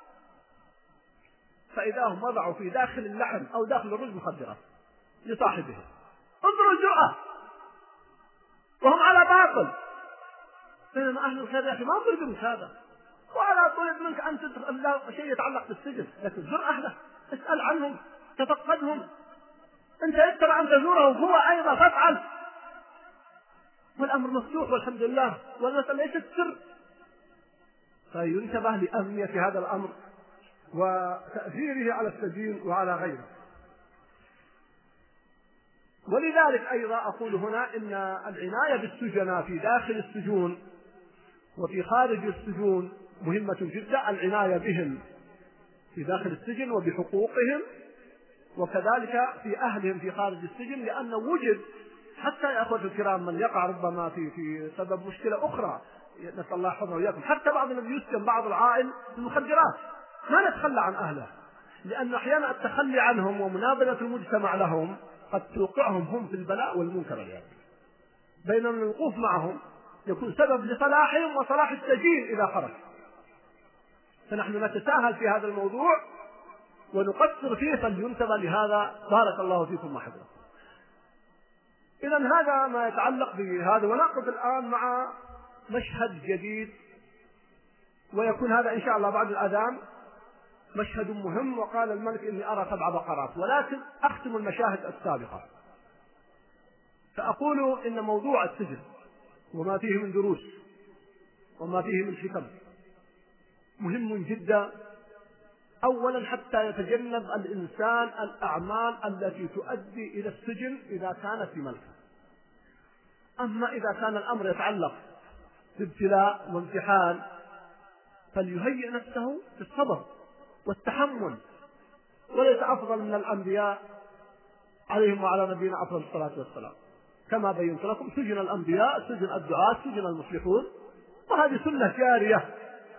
فإذا هم وضعوا في داخل اللحم أو داخل الرز مخدرات لصاحبه. انظروا الجرأة وهم على باطل. بينما أهل الخير يا أخي ما طلب منك هذا، ولا طلب منك أن تدخل شيء يتعلق بالسجن، لكن زر أهله، اسأل عنهم، تفقدهم. أنت يتبع أن تزوره وهو أيضا فافعل، والأمر مفتوح والحمد لله، والمسألة ليست سر. فينتبه لأهمية هذا الأمر وتأثيره على السجين وعلى غيره. ولذلك أيضا أقول هنا إن العناية بالسجناء في داخل السجون وفي خارج السجون مهمة جدا. العناية بهم في داخل السجن وبحقوقهم، وكذلك في أهلهم في خارج السجن، لأنه وجد حتى يا أخوة الكرام من يقع ربما في في سبب مشكلة أخرى، نسأل الله يحفظنا وإياكم، حتى بعض الذي يسجن بعض العائل بالمخدرات ما نتخلى عن أهله، لأن أحيانا التخلي عنهم ومنابذة المجتمع لهم قد توقعهم هم في البلاء والمنكر والعياذ بالله، بينما الوقوف معهم يكون سبب لصلاحهم وصلاح السجين إذا خرج. فنحن نتساهل في هذا الموضوع ونقصر فيه فلينتبه لهذا. بارك الله فيكم وحفظكم. إذا هذا ما يتعلق بهذا. ونقف الآن مع مشهد جديد، ويكون هذا إن شاء الله بعد الأذان مشهد مهم. وقال الملك إني أرى سبع بقرات، ولكن أختم المشاهد السابقة فأقول إن موضوع السجن وما فيه من دروس وما فيه من حكم مهم جدا. أولا حتى يتجنب الإنسان الأعمال التي تؤدي إلى السجن إذا كانت في ملكه. أما إذا كان الأمر يتعلق بابتلاء وامتحان فليهيئ نفسه بالصبر والتحمل، وليس أفضل من الأنبياء عليهم وعلى نبينا أفضل الصلاة والسلام. كما بينت لكم سجن الأنبياء، سجن الدعاة، سجن المصلحون، وهذه سنة جارية.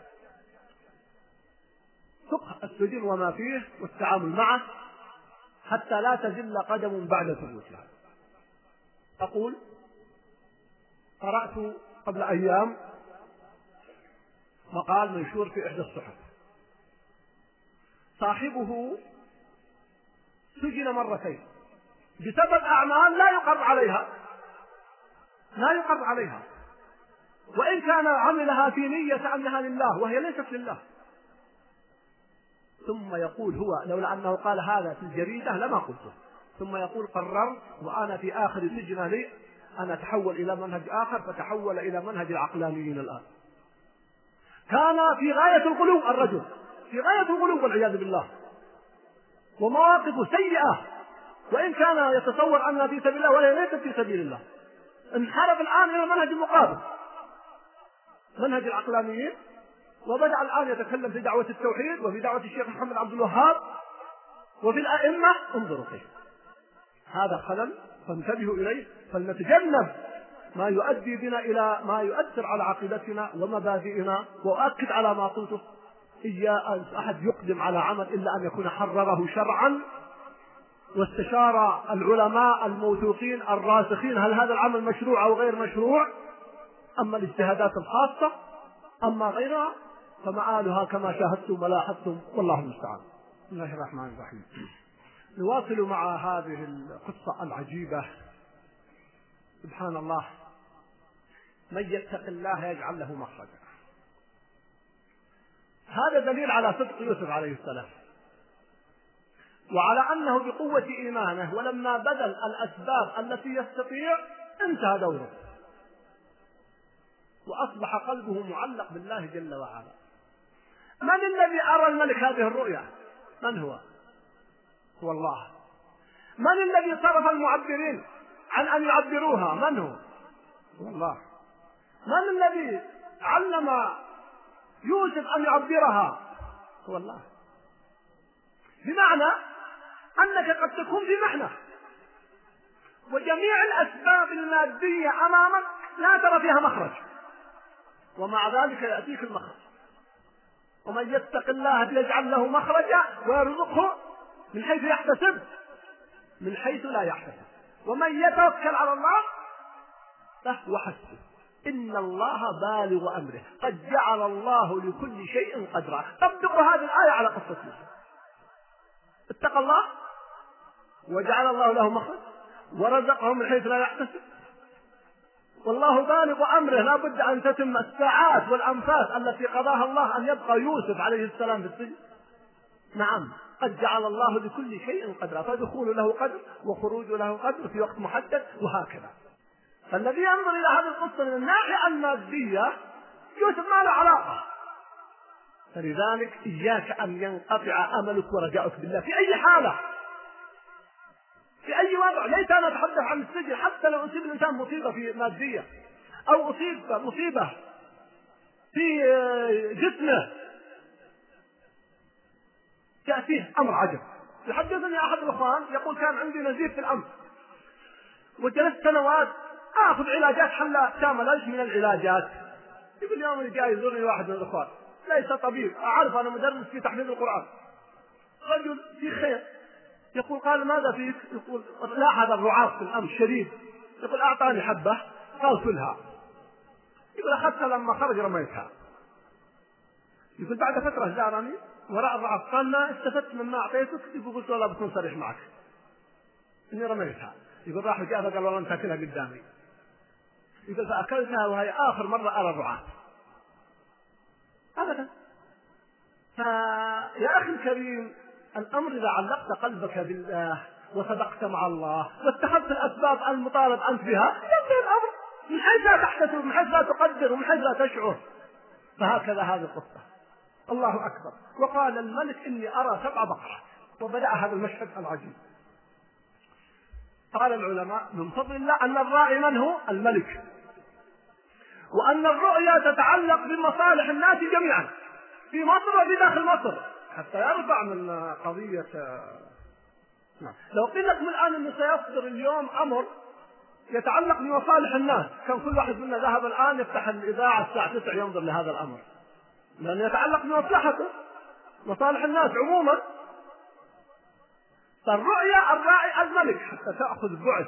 فقه السجن وما فيه والتعامل معه حتى لا تزل قدم بعد ثبوتها. أقول قرأت قبل أيام مقال منشور في إحدى الصحف، صاحبه سجن مرتين بسبب أعمال لا يقر عليها لا يقر عليها وإن كان عملها في نية أنها لله وهي ليست لله. ثم يقول هو لولا أنه قال هذا في الجريدة لما قلته. ثم يقول قررت وأنا في آخر سجن لي أن أتحول إلى منهج آخر، فتحول إلى منهج العقلانيين الآن. كان في غاية الغلو الرجل، في غاية الغلو والعياذ بالله، ومواقف سيئة، وإن كان يتصور أنها في سبيل الله وهي ليست في سبيل الله. انحرف الآن إلى المنهج المقابل، منهج العقلانيين، وبدأ الآن يتكلم في دعوة التوحيد وفي دعوة الشيخ محمد عبد الوهاب وفي الأئمة. انظروا كيف هذا خلل، فانتبهوا إليه، فلنتجنب ما يؤدي بنا إلى ما يؤثر على عقيدتنا ومبادئنا. وأؤكد على ما قلته، إيا أحد يقدم على عمل إلا أن يكون حرره شرعا واستشار العلماء الموثوقين الراسخين هل هذا العمل مشروع أو غير مشروع. أما الاجتهادات الخاصة أما غيرها فمآلها كما شاهدتم ولاحظتم، والله المستعان. بسم الله الرحمن الرحيم. نواصل مع هذه القصة العجيبة. سبحان الله، من يتق الله يجعل له مخرجا. هذا دليل على صدق يوسف عليه السلام، وعلى أنه بقوة إيمانه ولما بذل الأسباب التي يستطيع انتهى دوره وأصبح قلبه معلق بالله جل وعلا. من الذي أرى الملك هذه الرؤيا؟ من هو؟ هو الله. من الذي صرف المعبرين عن أن يعبروها؟ من هو؟ هو الله. من الذي علم يوسف أن يعبرها؟ هو الله. بمعنى أنك قد تكون في محنة وجميع الأسباب المادية أمامك لا ترى فيها مخرج، ومع ذلك يأتيك المخرج. ومن يتق الله يجعل له مخرجا ويرزقه من حيث يحتسب من حيث لا يحتسب. ومن يتوكل على الله فهو حسبه إن الله بالغ أمره قد جعل الله لكل شيء قدرا. طبقوا هذه الآية على قصة يوسف. اتقى الله وجعل الله له مخرج ورزقه من حيث لا يحتسب، والله بالغ أمره. لا بد أن تتم الساعات والأنفاس التي قضاها الله أن يبقى يوسف عليه السلام في السجن. نعم، قد جعل الله لكل شيء قدرا، فدخول له قدر وخروج له قدر في وقت محدد، وهكذا. فالذي ينظر إلى هذه القصة من الناحية المادية يوسف ما له علاقة. فلذلك إياك أن ينقطع أملك ورجاؤك بالله في أي حالة، في أي وضع. ليس أنا أتحدث عن السجن، حتى لو أصيب الإنسان مصيبة في مادية أو أصيب مصيبة في جسمه يأتيه أمر عجب. يحدثني أحد الأخوان يقول كان عندي نزيف في الأنف وجلست سنوات آخذ علاجات حلا كاملة من العلاجات. يقول اليوم اللي جاي يزورني واحد من الأخوان ليس طبيب، أعرف أنا مدرس في تحفيظ القرآن، رجل في خير، يقول قال ماذا فيك؟ يقول لاحظ الرعاف في الأنف شديد، يقول أعطاني حبة قال كلها، يقول أخذتها لما خرج رميتها. يقول بعد فترة زارني وراء الرعاف قال ما استفدت مما أعطيتك؟ يقول قلت والله بكون صريح معك إني رميتها. يقول راح جاء فقال والله أنت تاكلها قدامي. يقول فأكلتها وهي آخر مرة أرى الرعاة أبدا. فيا أخي الكريم، الأمر إذا علقت قلبك بالله وصدقت مع الله واتخذت الأسباب المطالب أنت بها ينتهي الأمر، من حيث لا تحتسب، من حيث لا تقدر، ومن حيث لا تشعر. فهكذا هذه القصة. الله أكبر. وقال الملك إني أرى سبع بقرات، وبدأ هذا المشهد العجيب. قال العلماء من فضل الله أن الرائي من هو؟ الملك، وأن الرؤيا تتعلق بمصالح الناس جميعا في مصر وفي داخل مصر، حتى يرفع من قضية. لو قيل لكم الآن أنه سيصدر اليوم أمر يتعلق بمصالح الناس، كان كل واحد منا ذهب الآن يفتح الإذاعة الساعة تسعة ينظر لهذا الأمر، لأنه يتعلق بمصلحته، مصالح الناس عموما. فالرؤيا الراعي الملك حتى تأخذ بعد،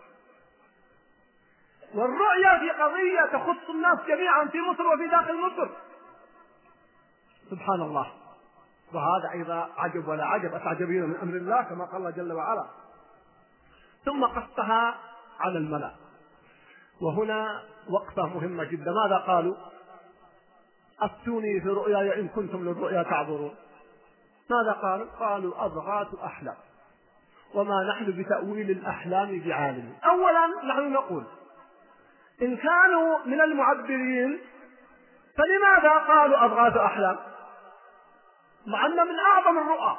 والرؤيا في قضية تخص الناس جميعا في مصر وفي داخل مصر. سبحان الله. وهذا أيضا عجب ولا عجب، أتعجبين من أمر الله كما قال الله جل وعلا. ثم قصها على الملأ، وهنا وقفة مهمة جدا. ماذا قالوا؟ أفتوني في رؤياي إن كنتم للرؤيا تعبرون. ماذا قالوا؟ قالوا أضغاث أحلام وما نحن بتأويل الأحلام بعالم. أولا نحن نقول إن كانوا من المعبرين فلماذا قالوا أضغاث أحلام مع أن من أعظم الرؤى؟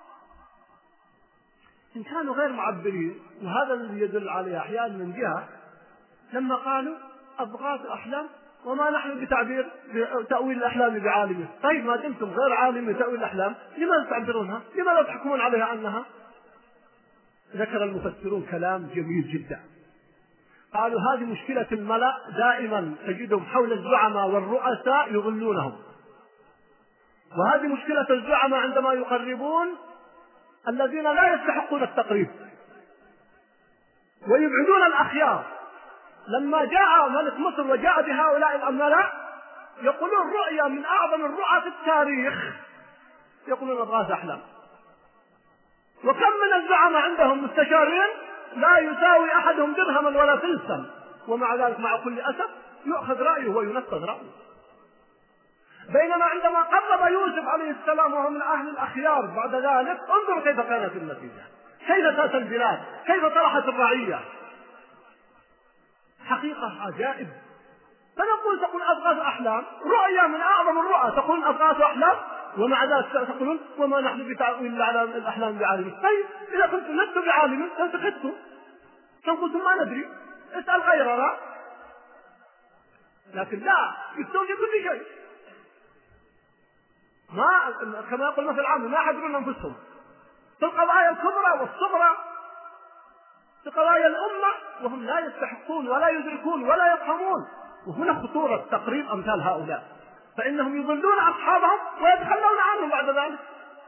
إن كانوا غير معبرين، وهذا الذي يدل عليه أحيانا من جهة لما قالوا أضغاث أحلام وما نحن بتعبير تأويل الأحلام بعالمه. طيب ما دمتم غير عالم بتأويل الأحلام لماذا تعبرونها؟ لماذا تحكمون عليها أنها؟ ذكر المفسرون كلام جميل جدا. قالوا هذه مشكلة الملأ، دائما تجدهم حول الزعماء والرؤساء يضلونهم، وهذه مشكلة الزعماء عندما يقربون الذين لا يستحقون التقريب ويبعدون الأخيار. لما جاء ملك مصر وجاء بهؤلاء الأملاء يقولون رؤيا من أعظم الرؤى في التاريخ، يقولون أضغاث أحلام. وكم من الزعماء عندهم مستشارين لا يساوي أحدهم درهما ولا فلسا، ومع ذلك مع كل أسف يؤخذ رأيه وينفذ رأيه. بينما عندما قرب يوسف عليه السلام وهو من أهل الأخيار بعد ذلك، انظروا كيف كانت النتيجة، كيف تأتى البلاد، كيف طرحت الرعية. حقيقة عجائب. فنقول تقول أضغاث أحلام، رؤيا من أعظم الرؤى تقول أضغاث أحلام، ومع ذلك تقولون وما نحن بتأويل الأحلام بعالم. طيب إذا كنتم لستم بعالم فسكتوا، كم قلتم ما ندري، اسأل غيرنا. لكن لا، يفتون في كل شيء، ما كما يقول مثل العام ما يحضرون أنفسهم في القضايا الكبرى والصغرى، في قضايا الأمة، وهم لا يستحقون ولا يدركون ولا يفهمون. وهنا خطورة تقريب أمثال هؤلاء، فإنهم يضلون أصحابهم ويتخلون عنهم بعد ذلك.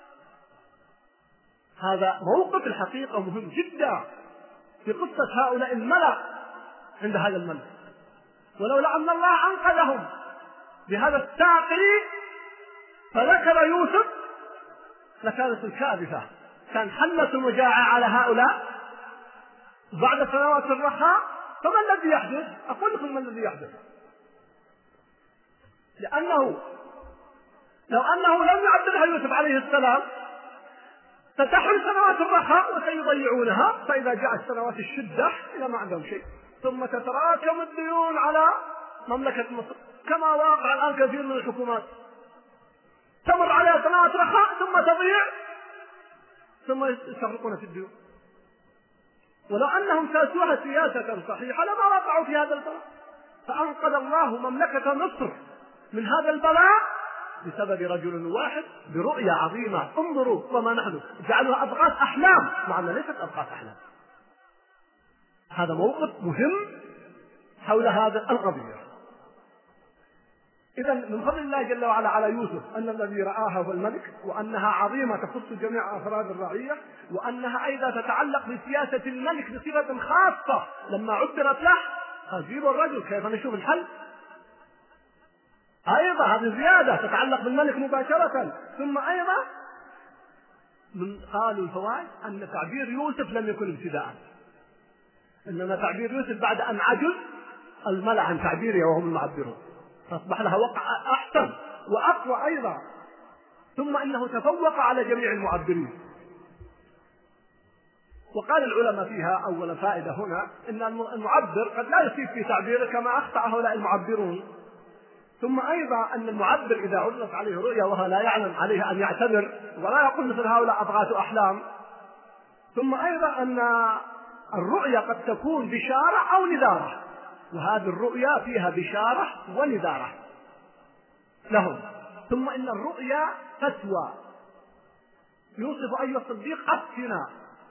هذا موقف الحقيقة مهم جدا في قصة هؤلاء الملأ عند هذا الملك. ولولا أن الله أنقذهم بهذا الساقي فذكر يوسف لكانت الكارثة، كان حلة المجاعة على هؤلاء بعد سنوات الرخاء. فما الذي يحدث؟ أقول لكم ما الذي يحدث. لأنه لو أنه لم يعبرها يوسف عليه السلام ستحل سنوات الرخاء وسيضيعونها، فإذا جاءت سنوات الشدة إلى ما عندهم شيء، ثم تتراكم الديون على مملكة مصر كما واقع الآن كثير من الحكومات، تمر عليها سنوات رخاء ثم تضيع ثم يسرقون في الديون. ولو أنهم ساسوها سياسة صحيحة لما وقعوا في هذا البلاء. فأنقذ الله مملكة مصر من هذا البلاء بسبب رجل واحد برؤية عظيمة. انظروا وما نحن جعلوها أضغاث أحلام، مع أنها ليست أضغاث أحلام. هذا موقف مهم حول هذا القضية. إذا من فضل الله جل وعلا على يوسف أن الذي رآها هو الملك، وأنها عظيمة تخص جميع أفراد الرعية، وأنها أيضا تتعلق بسياسة الملك بصفة خاصة. لما عبرت له أجيب الرجل كيف نشوف الحل، أيضا هذه زيادة تتعلق بالملك مباشرة. ثم أيضا من قالوا الفوائد أن تعبير يوسف لم يكن ابتداء، إنما تعبير يوسف بعد أن عجز الملأ عن تعبيره وهم المعبرون، فأصبح لها وقع أحسن وأقوى أيضا. ثم إنه تفوق على جميع المعبرين. وقال العلماء فيها أول فائدة هنا إن المعبر قد لا يصيب في تعبيره كما أخطأ هؤلاء المعبرون. ثم أيضا أن المعبر إذا عرضت عليه رؤيا وهو لا يعلم عليه أن يعتذر ولا يقول مثل هؤلاء أضغاث أحلام. ثم أيضا أن الرؤيا قد تكون بشارة أو نذارة، وهذه الرؤيا فيها بشارة ونذارة لهم. ثم إن الرؤيا فتوى. يوسف أيها الصديق أفتنا،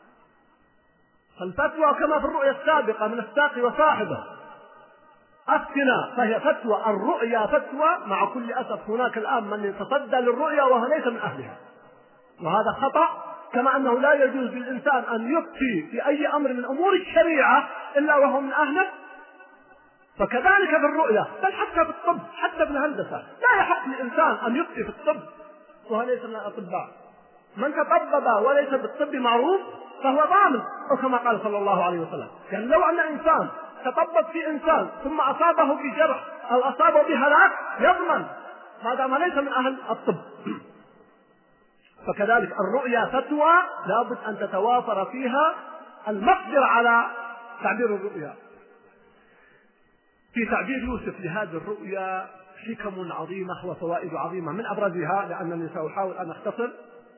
فالفتوى كما في الرؤيا السابقة من الساقي وصاحبه أفتنا، فهي فتوى. الرؤيا فتوى، مع كل أسف هناك الآن من يتصدى للرؤيا وهو ليس من أهلها، وهذا خطأ. كما أنه لا يجوز للإنسان أن يفتي في أي أمر من أمور الشريعة إلا وهو من أهله، فكذلك في الرؤيا، بل حتى في الطب، حتى في الهندسة لا يحق للإنسان أن يفتي في الطب وهو ليس من الأطباء. من تطبب وليس بالطب معروف فهو ضامن، أو كما قال صلى الله عليه وسلم. يعني لو أن إنسان تطبب في إنسان ثم أصابه بجرح أو أصابه بهلاك يضمن ما دام ليس من أهل الطب. فكذلك الرؤيا فتوى لابد أن تتوافر فيها المقدرة على تعبير الرؤيا. في تعبير يوسف لهذه الرؤيا حكم عظيمة وفوائد عظيمة، من أبرزها لأنني سأحاول أن أختصر.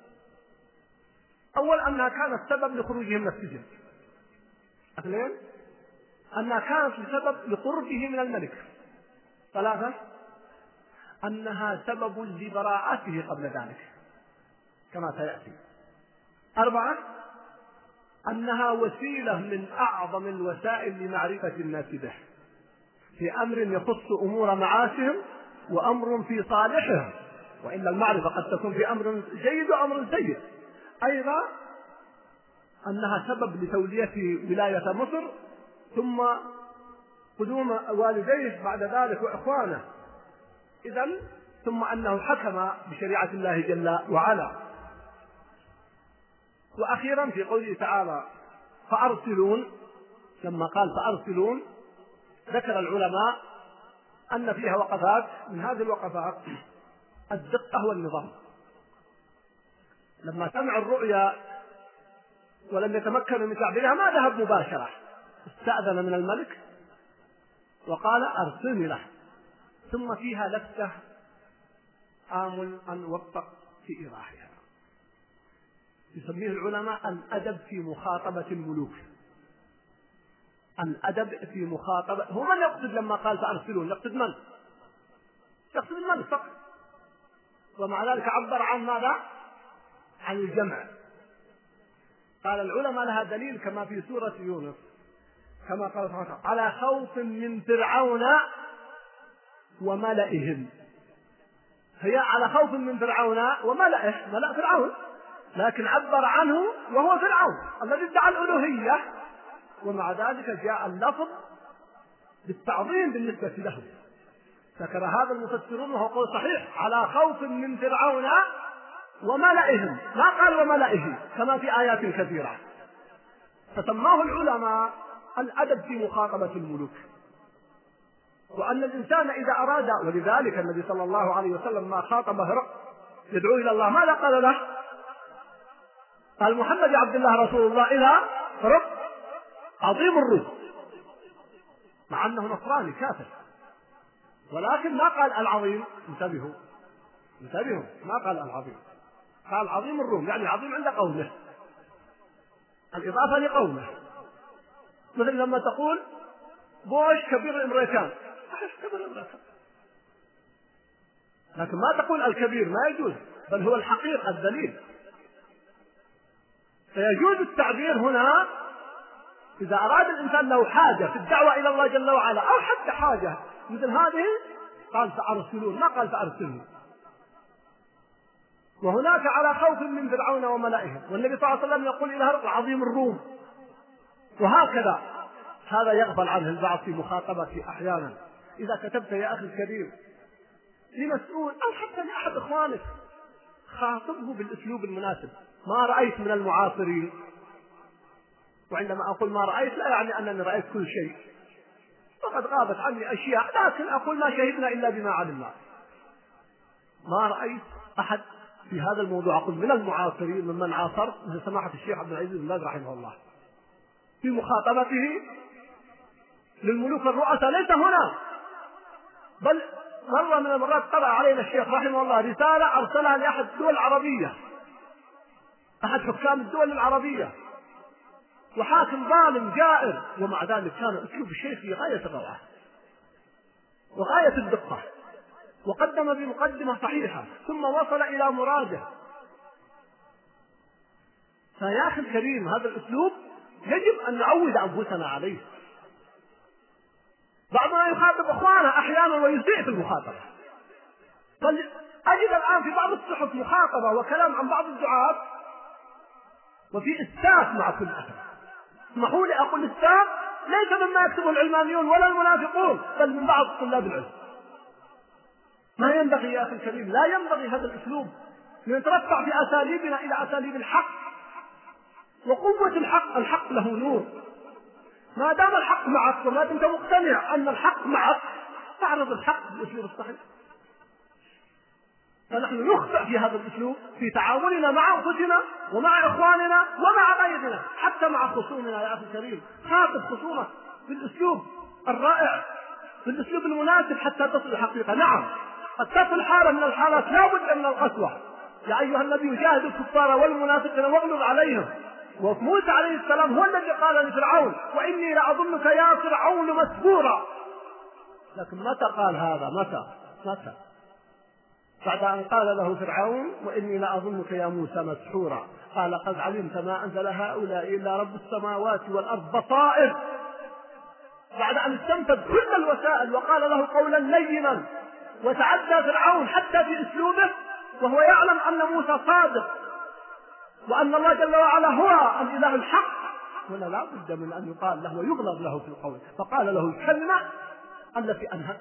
أول أنها كانت سبب لخروجه من السجن. اثنين أنها كانت لسبب لقربه من الملك. ثلاثة أنها سبب لبراءته قبل ذلك كما سيأتي. أربعة أنها وسيلة من أعظم الوسائل لمعرفة الناس به في أمر يخص أمور معاشهم وأمر في صالحهم، وإلا المعرفة قد تكون في أمر جيد وأمر سيء. أيضا أنها سبب لتولية ولاية مصر ثم قدوم والديه بعد ذلك وإخوانه. إذن ثم أنه حكم بشريعة الله جل وعلا. وأخيرا في قوله تعالى فأرسلون، لما قال فأرسلون ذكر العلماء أن فيها وقفات، من هذه الوقفات الدقة والنظام. لما سمع الرؤيا ولم يتمكن من تعبيرها ما ذهب مباشرة، استأذن من الملك وقال أرسلني له. ثم فيها لفتة آمل أن وفق في إيضاحها، يسميه العلماء الأدب في مخاطبة الملوك. الأدب في مخاطبة، هو من يقصد لما قال فأرسلون؟ يقصد من؟ يقصد الملك فقط، ومع ذلك عبر عن ماذا؟ عن الجمع. قال العلماء لها دليل كما في سورة يونس، كما قال سبحانه على خوف من فرعون وملئهم. هي على خوف من فرعون وملئه، ملأ فرعون، لكن عبر عنه وهو فرعون الذي ادعى الألوهية، ومع ذلك جاء اللفظ بالتعظيم بالنسبة له. ذكر هذا المفسرون وهو قول صحيح، على خوف من فرعون وملئهم، ما قال وملئه كما في آيات كثيرة. فسماه العلماء الأدب في مخاطبة الملوك، وأن الإنسان إذا أراد، ولذلك النبي صلى الله عليه وسلم ما خاطب هرقل يدعو إلى الله ماذا قال له؟ قال محمد عبد الله رسول الله إلى هرقل عظيم الروم، مع أنه نصراني كافر، ولكن ما قال العظيم. انتبهوا انتبهوا ما قال العظيم، قال عظيم الروم، يعني عظيم عند قومه، الإضافة لقومه. مثل لما تقول بوش كبير الأمريكان، كبير الأمريكان، لكن ما تقول الكبير، ما يجوز، بل هو الحقيقة الدليل. فيجوز التعبير هنا إذا أراد الإنسان له حاجة في الدعوة إلى الله جل وعلا، أو حتى حاجة مثل هذه، قال فأرسلون، ما قال فأرسلني. وهناك على خوف من فرعون وملئه، والنبي صلى الله عليه وسلم يقول إلى هرقل عظيم الروم، وهكذا. هذا يغفل عنه البعض في مخاطبته أحيانا. إذا كتبت يا أخي الكريم لمسؤول أو حتى لأحد إخوانك، خاطبه بالأسلوب المناسب. ما رأيت من المعاصرين، وعندما أقول ما رأيت لا يعني أنني رأيت كل شيء، فقد غابت عني أشياء، لكن أقول ما شهدنا إلا بما علمنا. ما رأيت أحد في هذا الموضوع، أقول من المعاصرين ممن عاصرت، مثل سماحة الشيخ عبد العزيز بن باز رحمه الله في مخاطبته للملوك الرؤساء، ليس هنا بل مرة من المرات قرأ علينا الشيخ رحمه الله رسالة أرسلها لأحد الدول العربية، أحد حكام الدول العربية، وحاكم ظالم جائر، ومع ذلك كان أسلوب الشيخ في غاية الروعة وغاية الدقة، وقدم بمقدمة صحيحة ثم وصل إلى مراده. فيا أخي الكريم هذا الأسلوب يجب أن نعود أنفسنا عليه. بعضنا يخاطب أخوانه أحيانا ويسيء في المخاطبة، بل أجد الآن في بعض الصحف مخاطبة وكلام عن بعض الدعاة وفي إساءة مع كل أحد. اسمحوا لي أقول إساءة ليس مما يكتبه العلمانيون ولا المنافقون، بل من بعض طلاب العلم. ما ينبغي يا أخي الكريم، لا ينبغي هذا الأسلوب، لنترفع في أساليبنا إلى أساليب الحق وقوة الحق. الحق له نور، ما دام الحق معك وما دمت مقتنع أن الحق معك، تعرض الحق بالأسلوب الصحيح. فنحن نخطئ في هذا الأسلوب في تعاملنا مع أنفسنا ومع إخواننا ومع غيرنا، حتى مع خصومنا. يا أخي الكريم خاطب خصومك بالأسلوب الرائع، بالأسلوب المناسب حتى تصل الحقيقة. نعم قد تصل حالة من الحالات لا بد من القسوة. يا أيها النبي جاهد الكفار والمنافقين واغلظ عليهم. وموسى عليه السلام هو الذي قال لفرعون وإني لأظنك يا فرعون مسحورا. لكن متى قال هذا؟ متى متى بعد أن قال له فرعون وإني لأظنك يا موسى مسحورا، قال قد علمت ما أنزل هؤلاء إلا رب السماوات والأرض بصائر. بعد أن استنفذ كل الوسائل وقال له قولا لينا، وتعدى فرعون حتى في أسلوبه وهو يعلم أن موسى صادق وأن الله جل وعلا هو الإله الحق، هنا لا بد من أن يقال له ويغلظ له في القول. فقال له الكلمة التي أنهت،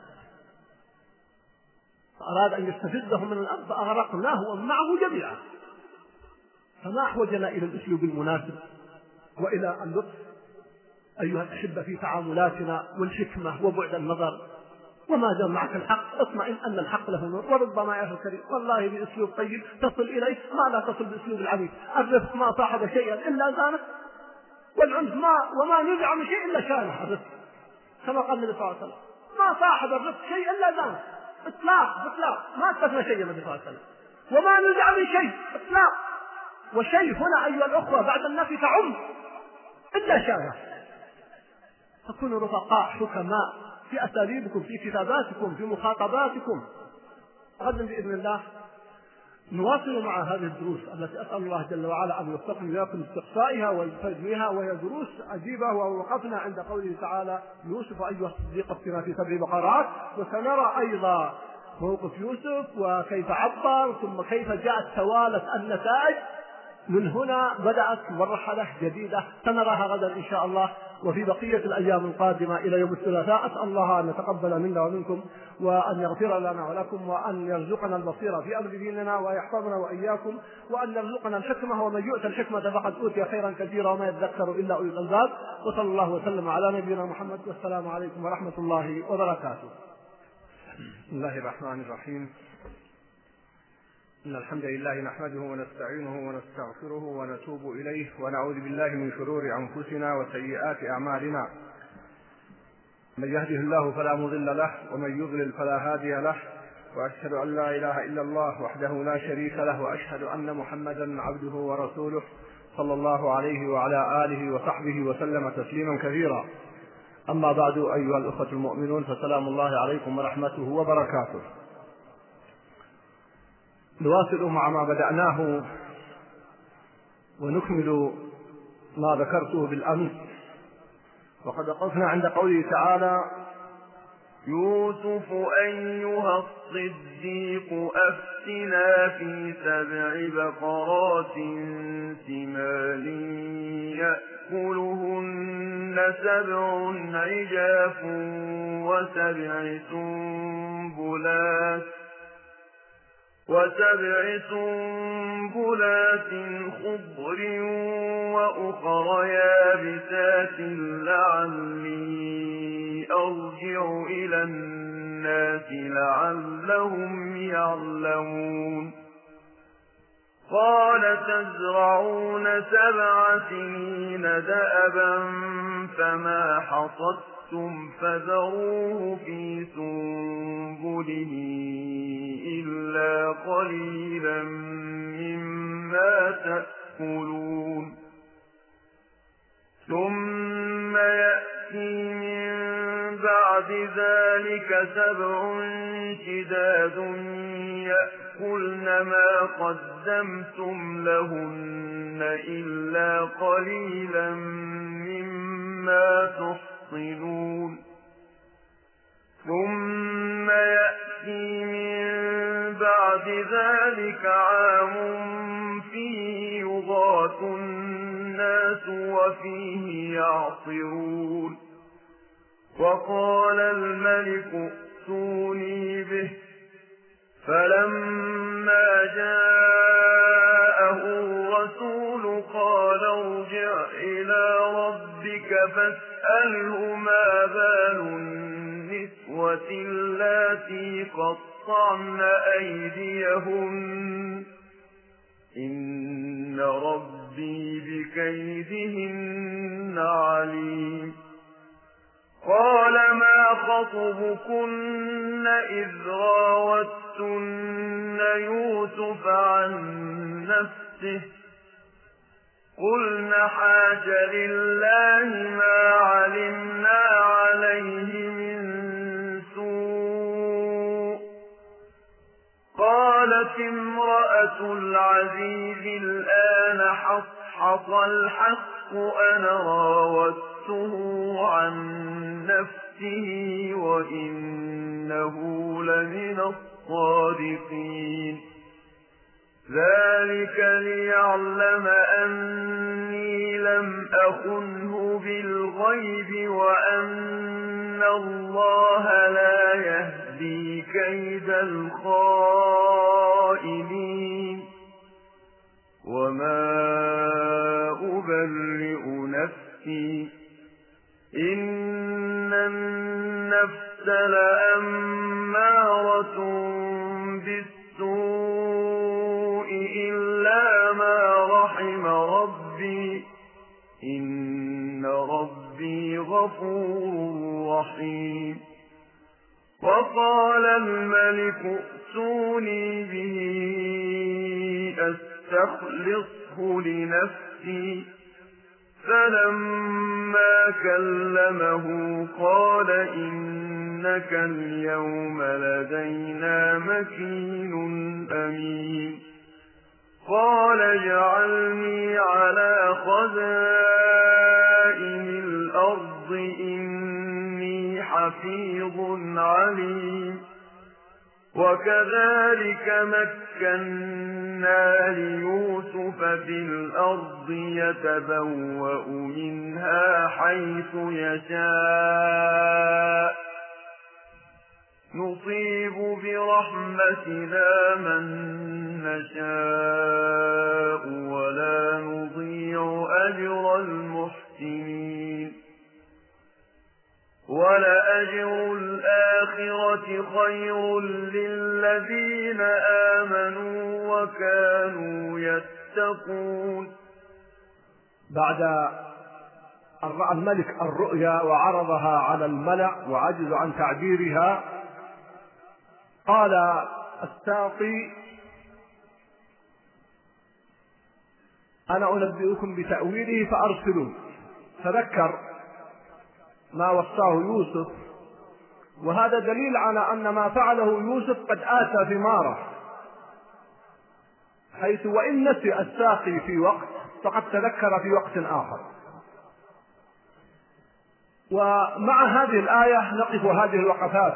فأراد أن يستفزه من الأرض فأغرقناه ومن معه جميعا. فما أحوجنا إلى الأسلوب المناسب وإلى اللطف أيها الأحبة في تعاملاتنا والحكمة وبعد النظر. وما دام معك الحق اطمئن أن الحق له نور. وربما يا أخي الكريم والله بأسلوب طيب تصل إليه ما لا تصل بأسلوب العنيف. الرفق ما صاحب شيئا إلا زانه، والعنف ما وما نزع من شيء إلا شانه. الرفق كما قال النبي صلى الله عليه وسلم ما صاحب الرفق شيء إلا زانه، إطلاق إطلاق ما استثنى شيء النبي صلى الله عليه وسلم. وما نزع من شيء إطلاق. والشيء هنا أيها الأخوة بعد النفي تعم إلا شانه. فكونوا رفقاء حكماء في أساليبكم، في كتاباتكم، في مخاطباتكم. غدا بإذن الله نواصل مع هذه الدروس التي أسأل الله جل وعلا أن يوفقني وإياكم استقصائها والفهم، وهي دروس عجيبة. ووقفنا عند قوله تعالى يوسف أيها الصديق افتنا في سبع بقرات، وسنرى أيضا موقف يوسف وكيف عبر، ثم كيف جاءت توالت النتائج. من هنا بدأت مرحلة جديدة سنراها غدا إن شاء الله وفي بقية الأيام القادمة إلى يوم الثلاثاء. أسأل الله أن يتقبل منا ومنكم وأن يغفر لنا ولكم، وأن يرزقنا البصيرة في أمر ديننا ويحفظنا وإياكم، وأن يرزقنا الحكمة، ومن يؤت الحكمة فقد أوتي خيرا كثيرا وما يذكر إلا أولي الألباب. وصلى الله وسلم على نبينا محمد، والسلام عليكم ورحمة الله وبركاته. بسم الله الرحمن الرحيم. إن الحمد لله نحمده ونستعينه ونستغفره ونتوب إليه، ونعوذ بالله من شرور أنفسنا وسيئات أعمالنا. من يهده الله فلا مضل له، ومن يضلل فلا هادي له، وأشهد أن لا إله إلا الله وحده لا شريك له، وأشهد أن محمدا عبده ورسوله صلى الله عليه وعلى آله وصحبه وسلم تسليما كثيرا. أما بعد، أيها الأخوة المؤمنون، فسلام الله عليكم ورحمته وبركاته. نواصل مع ما بدأناه ونكمل ما ذكرته بالأمس، وقد وقفنا عند قوله تعالى: يوسف أيها الصديق أفتنا في سبع بقرات سمان يأكلهن سبع عجاف وسبع سنبلات وسبع سنبلات خضر وأخر يابسات لعلي أرجع إلى الناس لعلهم يعلمون. قال تزرعون سبع سنين دأبا فما حصدتم فذروه في سنبله إلا قليلا مما تأكلون. ثم يأتي من بعد ذلك سبع شداد يأكلن ما قدمتم لهن إلا قليلا مما تحصنون. ثم يأتي من بعد ذلك عام فيه يغاث الناس وفيه يعصرون. وقال الملك ائتوني به، فلما جاءه الرسول قال ارجع إلى ربك فاسأله ما بال النسوة اللاتي قطعن أيديهن إن ربي بكيدهن عليم. قال ما خطبكن إذ راوتن يوسف عن نفسه قلن حاش لله ما علمنا عليه من سوء. قالت امرأة العزيز الآن حصحص الحق أنا راودته عن نفسه وإنه لمن الصادقين. ذلك ليعلم أني لم أخنه بالغيب وأن الله لا يهدي كيد الخائنين. وما أبرئ نفسي إن النفس لأمارة بالسوء إلا ما رحم ربي إن ربي غفور رحيم. وقال الملك ائتوني به أستخلصه لنفسي. فلما كلمه قال إنك اليوم لدينا مكين أمين. قال اجعلني على خزائن الأرض إني حفيظ عليم. وكذلك مكنا ليوسف في الأرض يتبوأ منها حيث يشاء نصيب برحمتنا من نشاء ولا نضيع أجر المحسنين. ولأجر الآخرة خير للذين آمنوا وكانوا يتقون. بعد أن رأى الملك الرؤيا وعرضها على الملأ وعجز عن تعبيرها، قال الساقي: أنا أنبئكم بتأويله فأرسلون، فذكر ما وصاه يوسف، وهذا دليل على أن ما فعله يوسف قد آتى ثماره، حيث وإن نسي الساقي في وقت فقد تذكر في وقت آخر. ومع هذه الآية نقف هذه الوقفات،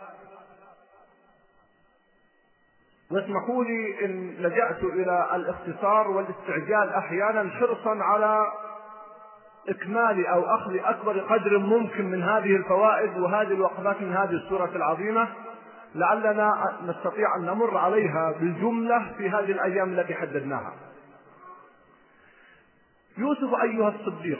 واسمحوا لي إن لجأت إلى الاختصار والاستعجال أحيانا حرصا على إكمال أو أخذ أكبر قدر ممكن من هذه الفوائد وهذه الوقفات من هذه السورة العظيمة، لعلنا نستطيع أن نمر عليها بالجملة في هذه الأيام التي حددناها. يوسف أيها الصديق.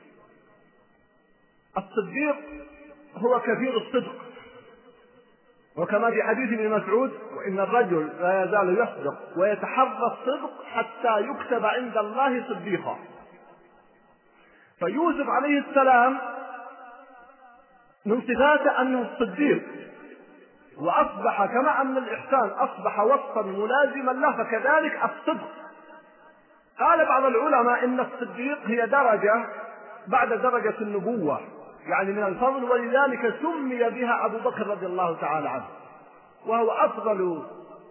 الصديق هو كثير الصدق، وكما في حديث ابن مسعود: وإن الرجل لا يزال يصدق ويتحرى الصدق حتى يكتب عند الله صديقا. فيوسف عليه السلام من صفاته أنه الصديق، وأصبح كما أن الإحسان أصبح وصفا ملازما له فكذلك الصدق. قال بعض العلماء إن الصديق هي درجة بعد درجة النبوة، يعني من الفضل، ولذلك سمي بها أبو بكر رضي الله تعالى عنه، وهو أفضل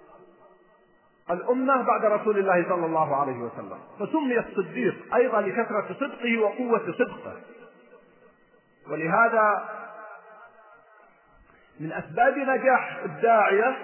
الأمة بعد رسول الله صلى الله عليه وسلم، فسمي الصديق أيضا لكثرة صدقه وقوة صدقه. ولهذا من أسباب نجاح الداعية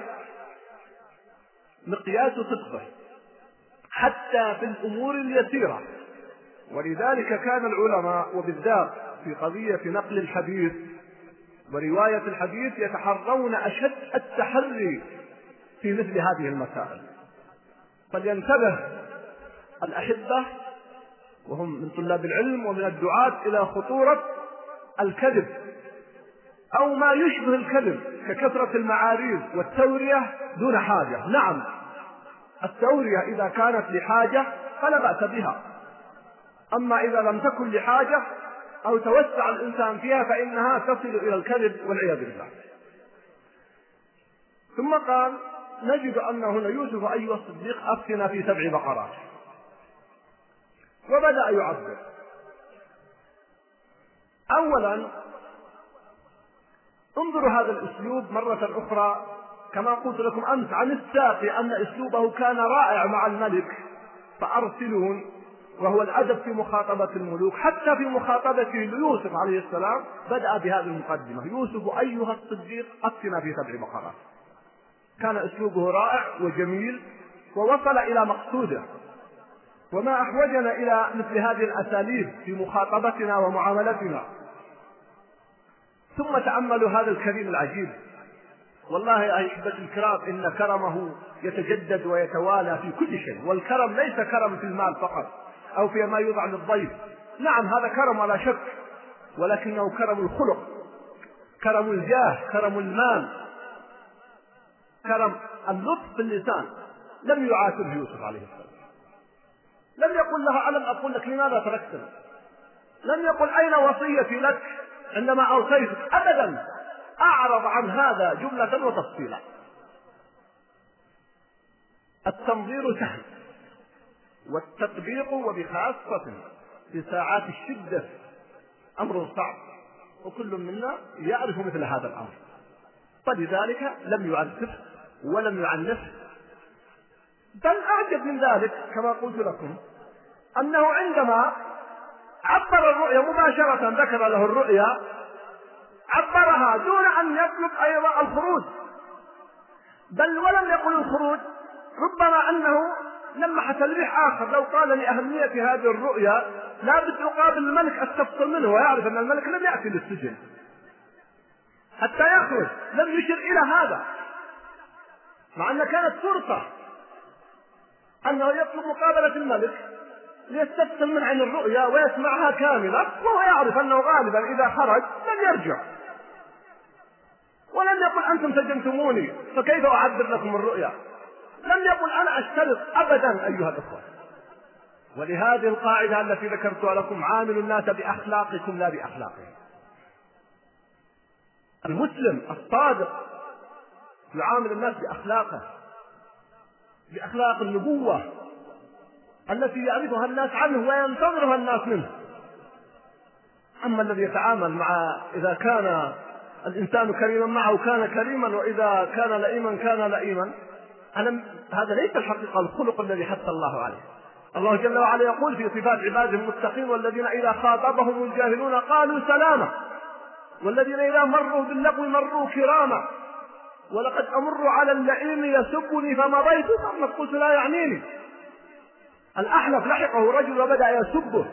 مقياس صدقه حتى في الأمور اليسيرة. ولذلك كان العلماء وبالذات في قضية نقل الحديث ورواية الحديث يتحرون أشد التحري في مثل هذه المسائل. فلينتبه الأحبة وهم من طلاب العلم ومن الدعاة إلى خطورة الكذب أو ما يشبه الكذب ككثرة المعاريض والتورية دون حاجة. نعم، التورية إذا كانت لحاجة فلا بأس بها، أما إذا لم تكن لحاجة أو توسع الإنسان فيها فإنها تصل إلى الكذب والعياذ بالله. ثم قال: نجد أن هنا يوسف أيها الصديق أفتنا في سبع بقرات، وبدأ يعبر. أولا انظروا هذا الأسلوب مرة أخرى، كما قلت لكم أمس عن الساقي أن أسلوبه كان رائع مع الملك، فأرسلون، وهو الأدب في مخاطبة الملوك. حتى في مخاطبته ليوسف عليه السلام بدأ بهذه المقدمة: يوسف أيها الصديق أفتنا في سبع بقرات. كان أسلوبه رائع وجميل ووصل إلى مقصوده. وما أحوجنا إلى مثل هذه الأساليب في مخاطبتنا ومعاملتنا. ثم تأملوا هذا الكريم العجيب. والله يا أحبتي الكرام إن كرمه يتجدد ويتوالى في كل شيء، والكرم ليس كرم في المال فقط أو في ما يوضع للضيف، نعم هذا كرم ولا شك، ولكنه كرم الخلق، كرم الجاه، كرم المال، كرم اللطف في اللسان. لم يعاتبه يوسف عليه السلام، لم يقل لها ألم أقول لك لماذا تركتني، لم يقل أين وصيتي لك عندما أوصيتك، أبدا، أعرض عن هذا جملة وتفصيلا. التنظير سهل، والتطبيق وبخاصة في ساعات الشدة أمر صعب، وكل منا يعرف مثل هذا الأمر. فلذلك لم يعنفه ولم يعنفه، بل أعجب من ذلك كما قلت لكم أنه عندما عبر الرؤيا مباشرة ذكر له الرؤيا، عبرها دون أن يطلب أيضا الخروج، بل ولم يقل الخروج. ربما أنه لمح تلميح آخر، لو قال لأهمية هذه الرؤيا لا بد يقابل الملك استفصل منه ويعرف أن الملك لم يأتي للسجن حتى يخرج، لم يشر إلى هذا، مع أن كانت فرصة أنه يطلب مقابلة الملك ليستفصل من عن الرؤيا ويسمعها كاملة، وهو يعرف أنه غالبا إذا خرج لن يرجع، ولم يقل أنتم سجنتموني فكيف أعبر لكم الرؤيا، لم يقل أنا أشترط أبدا أيها الأخوة. ولهذه القاعدة التي ذكرتها لكم: عاملوا الناس بأخلاقكم لا بأخلاقهم. المسلم الصادق يعامل الناس بأخلاقه، بأخلاق النبوة، التي يعرفها الناس عنه وينتظرها الناس منه. أما الذي يتعامل مع إذا كان الإنسان كريما معه كان كريما، وإذا كان لئيما كان لئيما، هذا ليس الحقيقة الخلق الذي حث الله عليه. الله جل وعلا يقول في صفات عباده المتقين: والذين إذا خاطبهم الجاهلون قالوا سلاما، والذين إذا مروا باللغو مروا كراما، ولقد أمر على اللئيم يسبني فمضيت ثم قلت لا يعنيني. الأحنف لحقه رجل وبدأ يسبه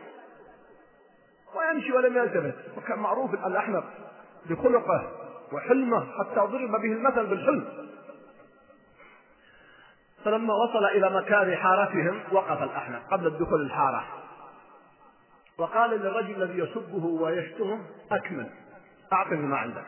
ويمشي ولم يلتفت، وكان معروف الأحنف بخلقه وحلمه حتى ضرب به المثل بالحلم. فلما وصل إلى مكان حارتهم وقف الأحنف قبل الدخول الحارة وقال للرجل الذي يسبه ويشتمه: أكمل، أعطني ما عندك.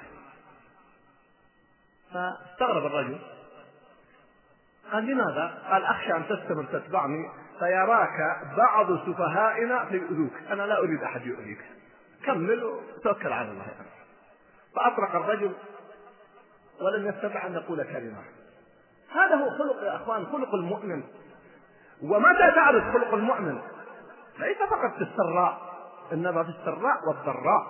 فاستغرب الرجل، قال: لماذا؟ قال: أخشى أن تستمر تتبعني فيراك بعض سفهائنا فيؤذوك، أنا لا أريد أحد يؤذيك، كمل وتوكل على الله. فأطرق الرجل ولم يستطع أن يقول كلمة. هذا هو خلق يا أخوان، خلق المؤمن. ومتى تعرف خلق المؤمن؟ ليس فقط في السراء، إنما في السراء والضراء.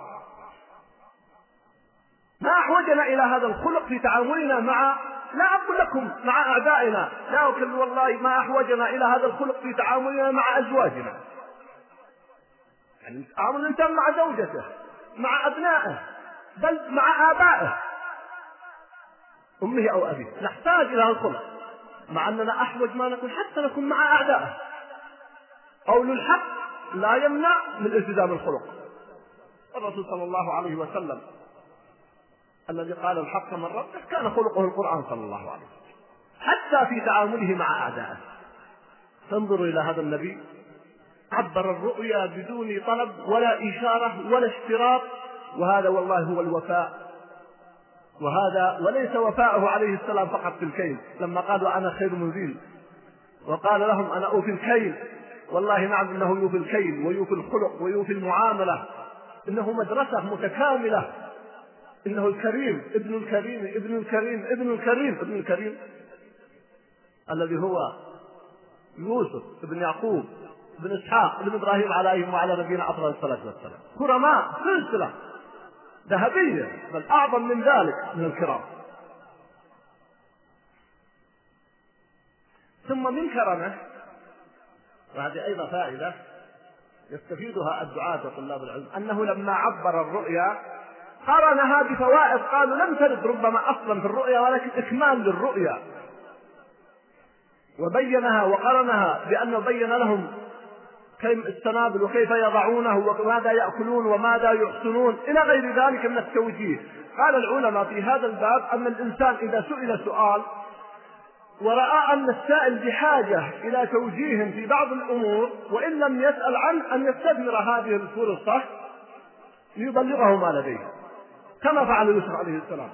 ما أحوجنا إلى هذا الخلق في تعاملنا مع، لا أقول لكم مع أعدائنا، لا أقول والله ما أحوجنا إلى هذا الخلق في تعاملنا مع أزواجنا. يعني تعامل الإنسان مع زوجته، مع أبنائه، بل مع آبائه، أمه أو أبيه، نحتاج إلى هذا الخلق، مع أننا أحوج ما نكون حتى نكون مع أعدائه. قول الحق لا يمنع من التزام الخلق. الرسول صلى الله عليه وسلم الذي قال الحق من ربه كان خلقه القرآن صلى الله عليه وسلم، حتى في تعامله مع أعدائه. فانظروا إلى هذا النبي، عبر الرؤيا بدون طلب ولا إشارة ولا اشتراط، وهذا والله هو الوفاء. وهذا وليس وفاءه عليه السلام فقط في الكيل، لما قال: وأنا خير منزيل، وقال لهم: أنا أوفي الكيل. والله نعم، إنه يوفي الكيل ويوفي الخلق ويوفي المعاملة، إنه مدرسة متكاملة. إنه الكريم ابن الكريم ابن الكريم ابن الكريم ابن الكريم الذي هو يوسف ابن يعقوب ابن إسحاق ابن إبراهيم عليهم وعلى نبينا أفضل الصلاة والسلام، كرماء سلسلة ذهبية، بل أعظم من ذلك من الكرام. ثم من كرمه، وهذه أيضا فائدة يستفيدها الدعاة وطلاب العلم، أنه لما عبر الرؤيا قرنها بفوائد قالوا لم ترد ربما أصلا في الرؤيا، ولكن إكمال للرؤيا، وبينها وقرنها بأنه بين لهم كيف السنابل وكيف يضعونه وماذا يأكلون وماذا يحسنون إلى غير ذلك من التوجيه. قال العلماء في هذا الباب أن الإنسان إذا سئل سؤال ورأى أن السائل بحاجة إلى توجيه في بعض الأمور وإن لم يسأل عنه، أن يستثمر هذه الفرصة ليبلغه ما لديه، كما فعل يوسف عليه السلام.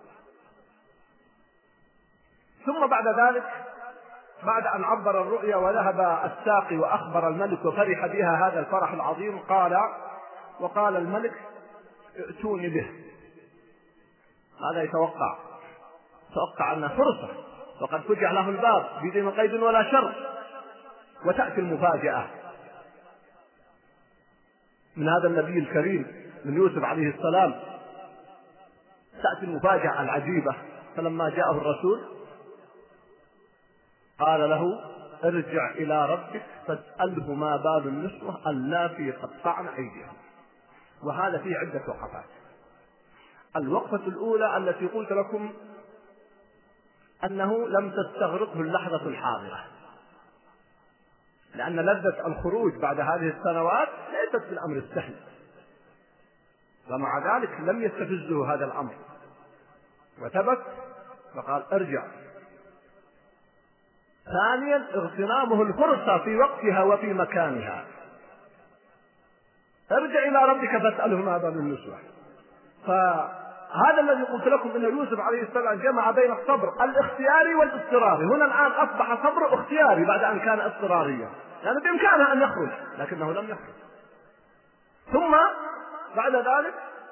ثم بعد ذلك، بعد أن عبر الرؤيا وذهب الساقي وأخبر الملك وفرح بها هذا الفرح العظيم، قال وقال الملك: ائتوني به. هذا يتوقع توقع أنها فرصة، وقد فتح له الباب بدون قيد ولا شر. وتأتي المفاجأة من هذا النبي الكريم من يوسف عليه السلام، تأتي المفاجأة العجيبة. فلما جاءه الرسول قال له: ارجع إلى ربك فاسأله ما بال النسوة اللاتي قطعن أيديهم. وهذا فيه عدة وقفات. الوقفة الأولى التي قلت لكم أنه لم تستغرقه اللحظة الحاضرة، لأن لذة الخروج بعد هذه السنوات ليست بالأمر السهل، ومع ذلك لم يستفزه هذا الأمر وثبت فقال: ارجع. ثانيا، اغتنامه الفرصة في وقتها وفي مكانها. ارجع إلى ربك فاسأله ما بال النسوة. فهذا الذي قلت لكم أن يوسف عليه السلام جمع بين الصبر الاختياري والاضطراري. هنا الآن أصبح صبر اختياري بعد أن كان اضطراريا، لأنه بإمكانه أن يخرج لكنه لم يخرج. ثم بعد ذلك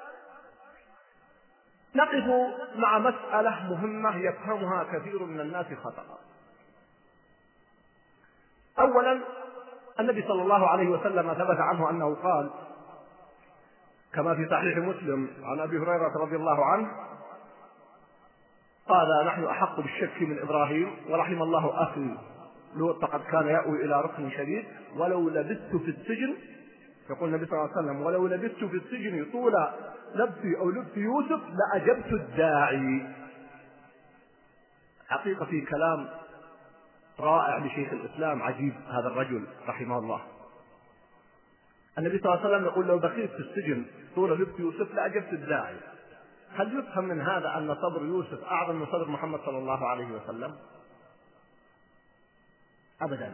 نقف مع مسألة مهمة يفهمها كثير من الناس خطأ. أولا، النبي صلى الله عليه وسلم ثبت عنه أنه قال كما في صحيح مسلم عن أبي هريرة رضي الله عنه قال نحن أحق بالشك من إبراهيم ورحم الله أخي لوط فقد كان يأوي إلى ركن شديد ولو لبثت في السجن، يقول النبي صلى الله عليه وسلم ولو لبثت في السجن طول لبثي أو لبث يوسف لأجبت الداعي. حقيقة في كلام رائع لشيخ الإسلام عجيب هذا الرجل رحمه الله. النبي صلى الله عليه وسلم يقول لو بقيت في السجن طول لبث يوسف لأجبت الداعي. هل يفهم من هذا أن صبر يوسف أعظم من صبر محمد صلى الله عليه وسلم؟ أبدا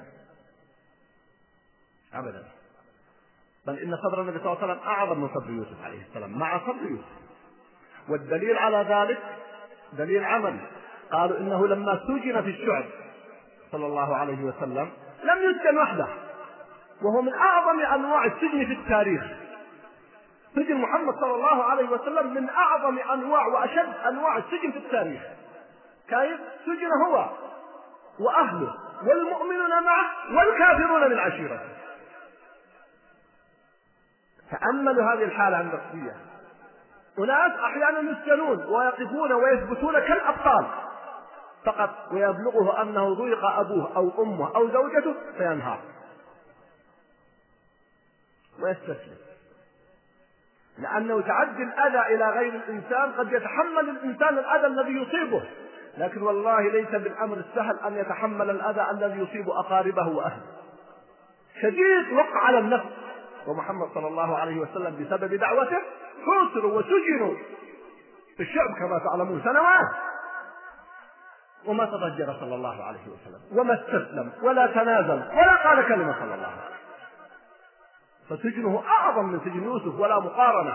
أبدا، بل إن صبر النبي صلى الله عليه وسلم أعظم من صبر يوسف عليه السلام مع صبر يوسف. والدليل على ذلك دليل عمل، قالوا إنه لما سجن في الشعب صلى الله عليه وسلم لم يسجن وحده، وهو من أعظم أنواع السجن في التاريخ. سجن محمد صلى الله عليه وسلم من أعظم أنواع وأشد أنواع السجن في التاريخ. كيف؟ سجن هو وأهله والمؤمنون معه والكافرون من عشيرته. تأملوا هذه الحالة النفسية. أناس أحيانا يسجنون ويقفون ويثبتون كالأبطال فقط ويبلغه أنه ضيق أبوه أو أمه أو زوجته فينهار ويستسلم، لأنه تعدي الأذى إلى غير الإنسان. قد يتحمل الإنسان الأذى الذي يصيبه، لكن والله ليس بالأمر السهل أن يتحمل الأذى الذي يصيب أقاربه وأهله. شديد وقع على النفس. ومحمد صلى الله عليه وسلم بسبب دعوته حوصروا وسجنوا في الشعب كما تعلمون سنوات، وما تضجر صلى الله عليه وسلم وما استسلم ولا تنازل ولا قال كلمة صلى الله عليه وسلم. فسجنه أعظم من سجن يوسف ولا مقارنة.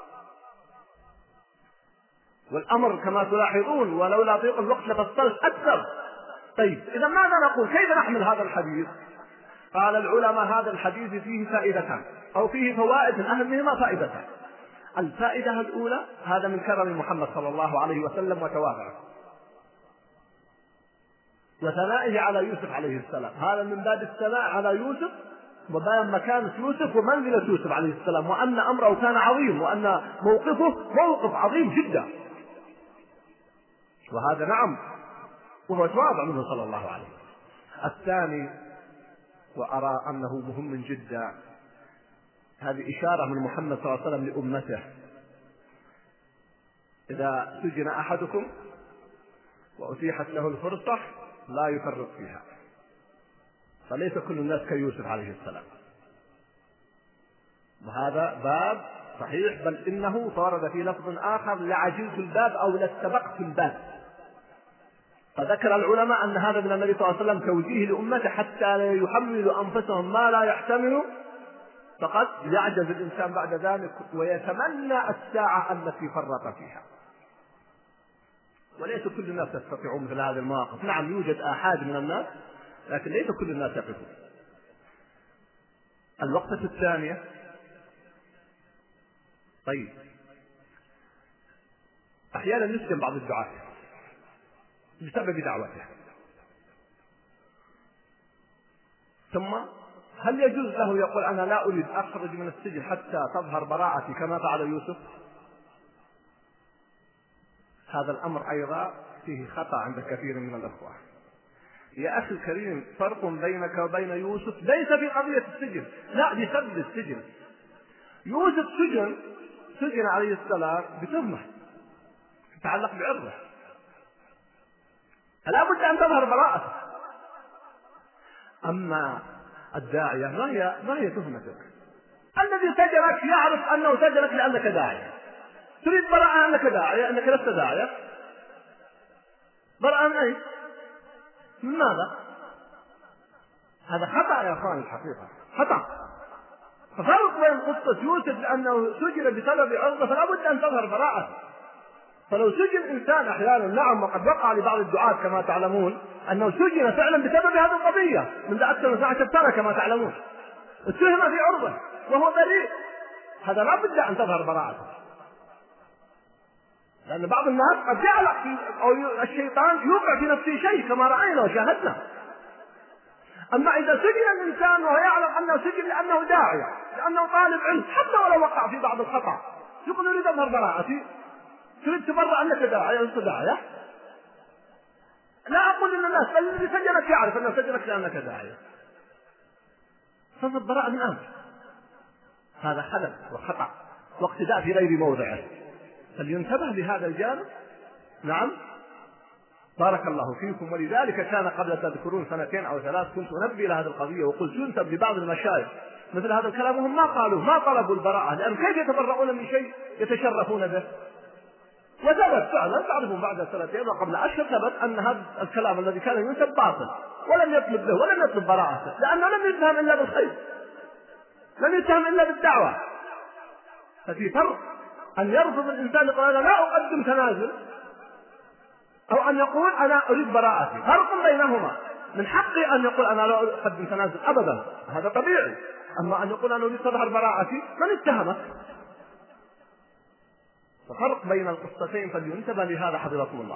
والأمر كما تلاحظون ولولا ضيق الوقت لفصلت أكثر. طيب إذا ماذا نقول؟ كيف نحمل هذا الحديث؟ قال العلماء هذا الحديث فيه فائدتان أو فيه فوائد أهمهما فائدتان. الفائدة الأولى هذا من كرم محمد صلى الله عليه وسلم وتواضعه وثنائه على يوسف عليه السلام. هذا من باب الثناء على يوسف وبيان مكانة يوسف ومنزلة يوسف عليه السلام، وأن أمره كان عظيم وأن موقفه موقف عظيم جدا، وهذا نعم وهو تواضع منه صلى الله عليه وسلم. الثاني وأرى أنه مهم جدا، هذه إشارة من محمد صلى الله عليه وسلم لأمته. إذا سجن أحدكم وأتيحت له الفرصة لا يفرط فيها، فليس كل الناس كيوسف عليه السلام. وهذا باب صحيح، بل إنه ورد في لفظ آخر لعجلت الباب أو لاستبقت الباب. فذكر العلماء أن هذا من النبي صلى الله عليه وسلم توجيه لأمته حتى لا يحملوا أنفسهم ما لا يحتملوا، فقد يعجز الإنسان بعد ذلك ويتمنى الساعة التي فرط فيها. وليس كل الناس يستطيعون مثل هذه المواقف. نعم يوجد آحاد من الناس، لكن ليس كل الناس يقفون. الوقفة الثانية، طيب أحيانا يسجن بعض الدعاة بسبب دعوته، ثم هل يجوز له يقول أنا لا أريد أخرج من السجن حتى تظهر براءتي كما فعل يوسف؟ هذا الأمر أيضا فيه خطأ عند كثير من الأخوة. يا أخي الكريم، فرق بينك وبين يوسف ليس في قضية السجن، لا بسبب السجن. يوسف سجن سجن عليه السلام بتهمة تتعلق بعرضه، فلا بد أن تظهر براءته. أما الداعية ما هي ما هي تهمتك. الذي سجنك يعرف أنه سجنك لأنك داعية. تريد براءة أنك داعية، أنك لست داعية. براءة من أين؟ من ماذا؟ هذا خطأ يا أخوان، الحقيقة خطأ. ففرق بين قصة يوسف لأنه سجن بسبب عرضه فلا بد أن تظهر براءته. فلو سجن إنسان أحيانا، نعم وقد وقع لبعض الدعاة كما تعلمون أنه سجن فعلا بسبب هذه القضية منذ أكثر من ساعة سنة كما تعلمون، اتهم في عرضه وهو بريء، هذا لا بد أن تظهر براءته. لأن بعض الناس قد جعل أو الشيطان يوقع في نفسه شيء كما رأينا وشاهدنا. أما إذا سجن الإنسان وهو يعلم أنه سجن لأنه داعية، لأنه طالب علم، حتى ولو وقع في بعض الخطأ، يقول أريد أظهر براءتي، تريد تبرأ أنك داعية أنت داعية؟ لا أقول إن الناس، بل الذي سجنك يعرف أنه سجنك لأنك داعية، فضل براءة من أنت. هذا خلل وخطأ واقتداء في غير موضعه، فلينتبه لهذا الجانب. نعم، بارك الله فيكم. ولذلك كان قبل تذكرون سنتين أو ثلاث كنت أنبه إلى هذه القضية وقلت ينسب لبعض المشايخ مثل هذا الكلام وهم ما قالوا، ما طلبوا البراءة، لأن كيف يتبرؤون من شيء يتشرفون به؟ وثبت فعلا، تعرفون بعد سنتين وقبل أشهر ثبت أن هذا الكلام الذي كان ينسب باطل، ولم يطلب له ولم يطلب براءته، لأنه لم يتهم إلا بالخير، لم يتهم إلا بالدعوة. ففي فرق أن يرفض الإنسان يقول أنا لا أقدم تنازل، أو أن يقول أنا أريد براءتي، فرق بينهما. من حقي أن يقول أنا لا أقدم تنازل أبدا، هذا طبيعي. أما أن يقول أنا أريد تظهر براءتي، من اتهمك؟ ففرق بين القصتين، فلينتبه لهذا حفظكم الله.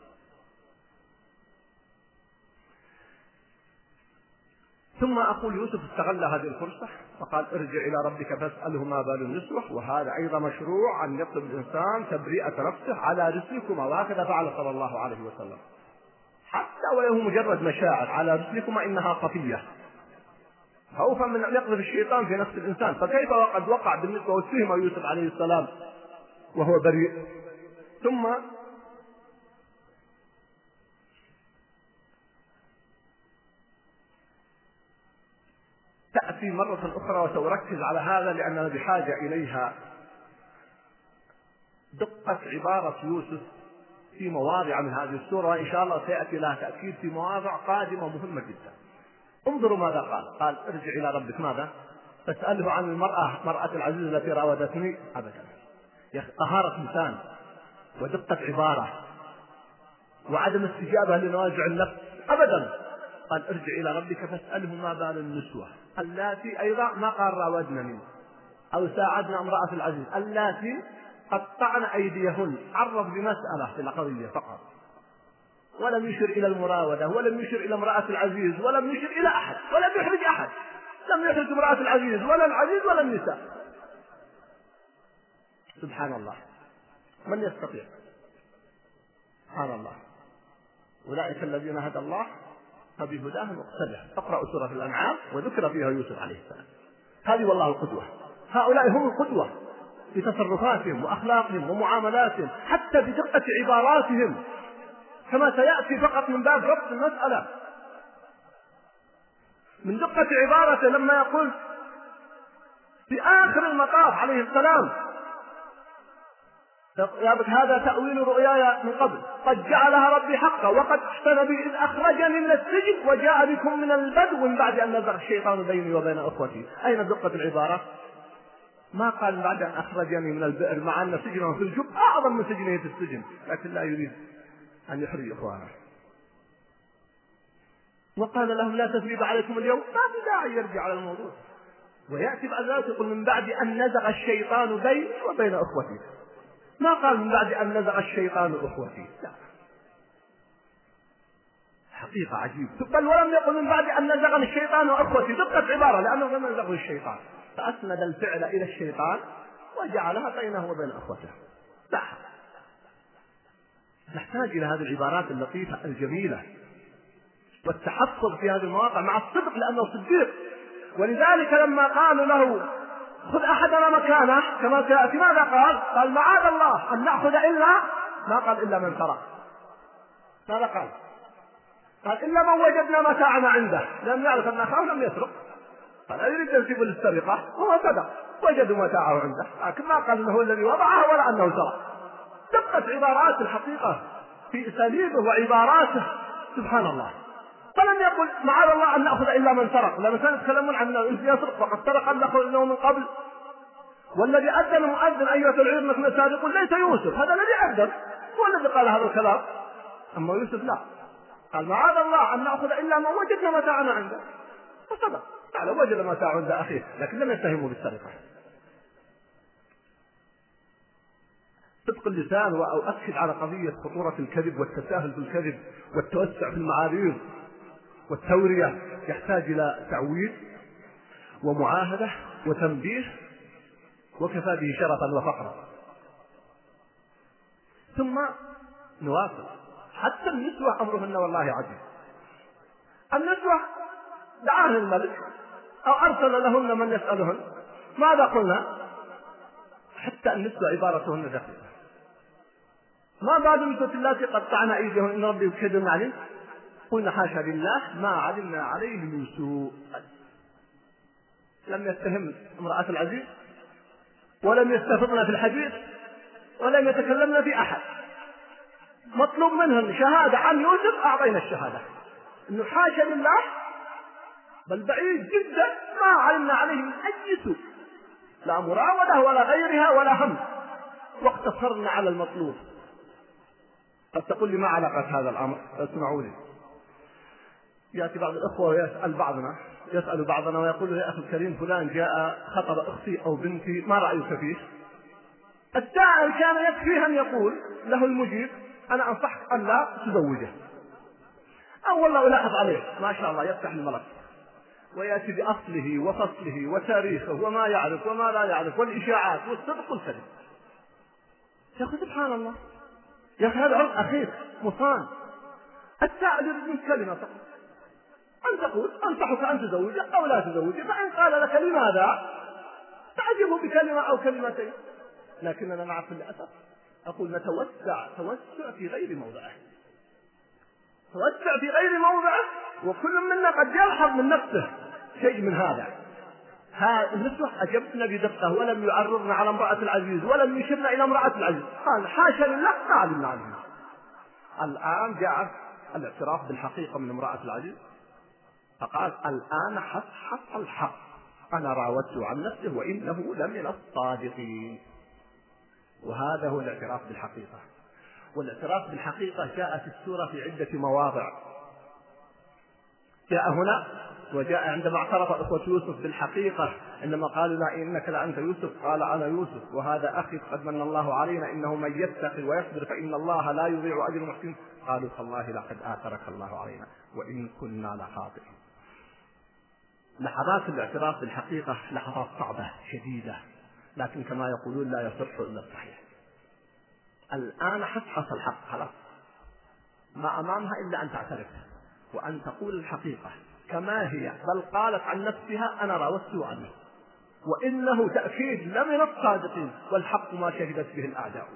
ثم أقول يوسف استغل هذه الفرصة وقال ارجع إلى ربك فاسأله ما بال النسوة، وهذا أيضا مشروع أن يطلب الإنسان تبرئة نفسه على رسلكما، وهكذا فعل صلى الله عليه وسلم، حتى وله مجرد مشاعر على رسلكما إنها خفية، خوفا من أن يقذف الشيطان في نفس الإنسان. فكيف وقد وقع بالنسبة واتهم يوسف عليه السلام وهو بريء. ثم تأتي مرة أخرى وسأركز على هذا لأننا بحاجة إليها، دقة عبارة يوسف في مواضع من هذه السورة، وإن شاء الله سيأتي لها تأكيد في مواضع قادمة مهمة جدا. انظروا ماذا قال، قال ارجع إلى ربك، ماذا؟ فاسأله عن المرأة، مرأة العزيز التي راودتني، أبدا. يا أخي طهارة لسان ودقة عبارة وعدم استجابة لنوازع النفس أبدا. قال ارجع إلى ربك فاسأله ما بال النسوة اللاتي، أيضا ما قال راودنني أو ساعدنا امرأة العزيز، اللاتي قطعن أيديهن، عرف بمسألة في القضية فقط، ولم يشر إلى المراودة، ولم يشر إلى امرأة العزيز، ولم يشر إلى أحد، ولم يحرج أحد، لم يحرج امرأة العزيز ولا العزيز ولا النساء. سبحان الله، من يستطيع؟ سبحان الله. أولئك الذين هدى الله فبهداه مقتدى. اقرأوا سورة الأنعام وذكر فيها يوسف عليه السلام. هذه والله القدوة، هؤلاء هم القدوة في تصرفاتهم وأخلاقهم ومعاملاتهم، حتى بدقة عباراتهم كما سيأتي، فقط من باب ربط المسألة. من دقة عبارته لما يقول في آخر المطاف عليه السلام يا بك هذا تأويل رؤياي من قبل قد جعلها ربي حقا وقد احسن بي إذ أخرجني من السجن وجاء بكم من البدو من بعد أن نزغ الشيطان بيني وبين أخوتي. أين دقة العبارة؟ ما قال بعد أن أخرجني من البئر، مع أن سجنه في الجب أعظم من سجنه في السجن، لكن لا يريد أن يحرج إخوانه. وقال لهم لا تثريب عليكم اليوم، ما في داعي يرجع على الموضوع. ويأتي بعد ذلك يقول من بعد أن نزغ الشيطان بيني وبين أخوتي، ما قال من بعد أن نزغ الشيطان أخوتي، لا. حقيقة عجيب. بل ولم يقل من بعد أن نزغ الشيطان أخوتي، دقة عبارة، لأنه لم ينزغه الشيطان، فأسند الفعل إلى الشيطان وجعلها بينه وبين أخوته. لا، نحتاج إلى هذه العبارات اللطيفة الجميلة والتحفظ في هذه المواقع مع الصدق، لأنه صديق. ولذلك لما قالوا له خذ أحدنا مكانه كما سيأتي، ماذا قال؟ قال معاذ الله أن نأخذ إلا، ما قال إلا من سرق. ماذا قال؟ قال إلا من وجدنا متاعنا عنده، لم يعرف أن أخاه لم يسرق، قال يريد تنسيب للسرقة وهو صدق، وجدوا متاعه عنده، لكن ما قال إنه هو الذي وضعه ولا أنه سرق. دقة عبارات الحقيقة في أساليبه وعباراته، سبحان الله. فلم يقل معاذ الله أن نأخذ إلا من سرق، لما كانوا يتكلمون عن الذي يسرق وقد سرق أنه من قبل، والذي أذن مؤذن أيها العير مثل سابقون ليس يوسف، هذا الذي أذن هو الذي قال هذا الكلام، أما يوسف لا، قال معاذ الله أن نأخذ إلا من وجدنا متاعنا عنده، فصدق، قال وجد متاع عند أخيه، لكن لم يتهموا بالسرقة. صدق اللسان. وأؤكد على قضية خطورة الكذب والتساهل في الكذب والتوسع في المعاريض والتورية. يحتاج إلى تعويض ومعاهدة وتنبيه، وكفى به شرفا وفخرا. ثم نواصل. حتى النسوة أمرهن والله عجيب. النسوة دعاهن الملك أو أرسل لهن من يسألهن، ماذا قلنا؟ حتى النسوة عبارتهن دقيقة. ما بعد النسوة التي قطعنا أيديهن إن ربي يكيدن عليه، قلنا حاشا لله ما علمنا عليه من سوء. لم يتهم امرأة العزيز، ولم يستفضنا في الحديث، ولم يتكلمنا في أحد. مطلوب منهم شهادة عن يوسف، أعطينا الشهادة إنه حاشا لله، بل بعيد جدا ما علمنا عليه من أي سوء، لا مراودة ولا غيرها ولا هم، واقتصرنا على المطلوب. قد تقول لي ما علاقة هذا الأمر؟ اسمعوا لي. يأتي بعض الأخوة ويسأل بعضنا يسأل بعضنا ويقول يا أخي الكريم فلان جاء خطب أختي أو بنتي، ما رأيك فيه؟ السائل كان يكفيه أن يقول له المجيب أنا أنصحك أن لا تزوجه. أو والله ألاحظ عليه ما شاء الله يفتح الملك ويأتي بأصله وفصله وتاريخه وما يعرف وما لا يعرف والإشاعات والصدق والكذب. يا أخي سبحان الله، يا أخي هذا عرض أخيك مصان. السائل يريد من كلمة فقط أن تقول أنصحك أن تزوجه أو لا تزوجه، فإن قال لك لماذا تعجبه بكلمة أو كلمتين. لكننا مع كل أسف أقول نتوسع توسع في غير موضعه، توسع في غير موضعه، وكل منا قد يلحظ من نفسه شيء من هذا. ها النسوة أجبتنا بدقة ولم يعرضنا على امرأة العزيز ولم يشرنا إلى امرأة العزيز، قال حاشا لله ما علمنا عنه. الآن جاء الاعتراف بالحقيقة من امرأة العزيز، فقال الآن حصحص الحق، أنا راودته عن نفسه وإنه لمن الصادقين. وهذا هو الاعتراف بالحقيقة. والاعتراف بالحقيقة جاء في السورة في عدة مواضع. جاء هنا وجاء عندما اعترف أخوة يوسف بالحقيقة، عندما قالوا لا إنك لأنت يوسف قال أنا يوسف وهذا أخي قد من الله علينا إنه من يتقي ويصبر فإن الله لا يضيع أجر المحسنين. قالوا تالله لقد آثرك الله علينا وإن كنا لخاطئين. لحظات الاعتراف بالحقيقة لحظات صعبة شديدة، لكن كما يقولون لا يصح إلا الصحيح. الآن حصحص الحق، خلاص ما أمامها إلا أن تعترف وأن تقول الحقيقة كما هي، بل قالت عن نفسها أنا راودته عنه وإنه تأكيد لمن الصادقين والحق ما شهدت به الأعداء.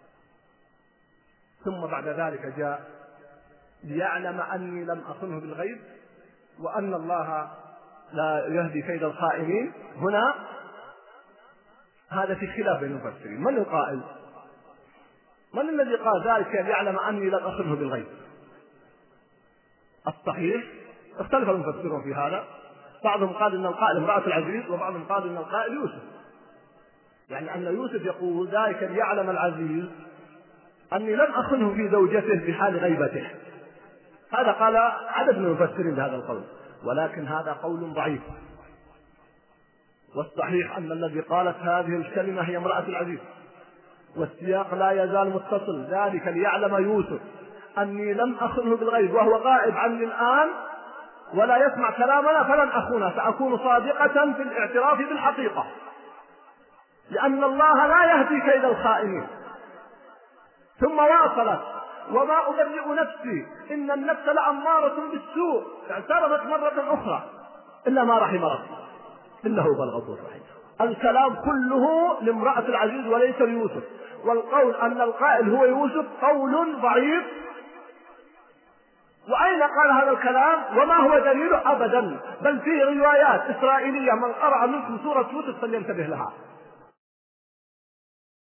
ثم بعد ذلك جاء ليعلم أني لم أخنه بالغيب وأن الله لا يهدي كيد الخائنين. هنا هذا في خلاف بين المفسرين، من القائل؟ من الذي قال ذلك ليعلم أني لم أخنه بالغيب؟ الصحيح اختلف المفسرون في هذا، بعضهم قال إن القائل امرأة العزيز وبعضهم قال إن القائل يوسف، يعني أن يوسف يقول ذلك ليعلم العزيز أني لم أخنه في زوجته بحال غيبته. هذا قال عدد من المفسرين بهذا القول، ولكن هذا قول ضعيف. والصحيح أن الذي قالت هذه الكلمة هي امرأة العزيز، والسياق لا يزال متصل، ذلك ليعلم يوسف أني لم أخنه بالغيب وهو غائب عني الآن ولا يسمع كلامنا فلن أخونه، سأكون صادقة في الاعتراف بالحقيقة لأن الله لا يهدي كيد الخائنين. ثم واصلت وما أبرئ نفسي إن النفس لأمارة بالسوء، اعترفت مرة أخرى إلا ما رحم ربي إنه هو الغفور الرحيم. الكلام كله لامرأة العزيز وليس ليوسف، والقول أن القائل هو يوسف قول ضعيف. وأين قال هذا الكلام وما هو دليله؟ أبدا، بل فيه روايات إسرائيلية، من قرأ منكم سورة يوسف فلينتبه لها.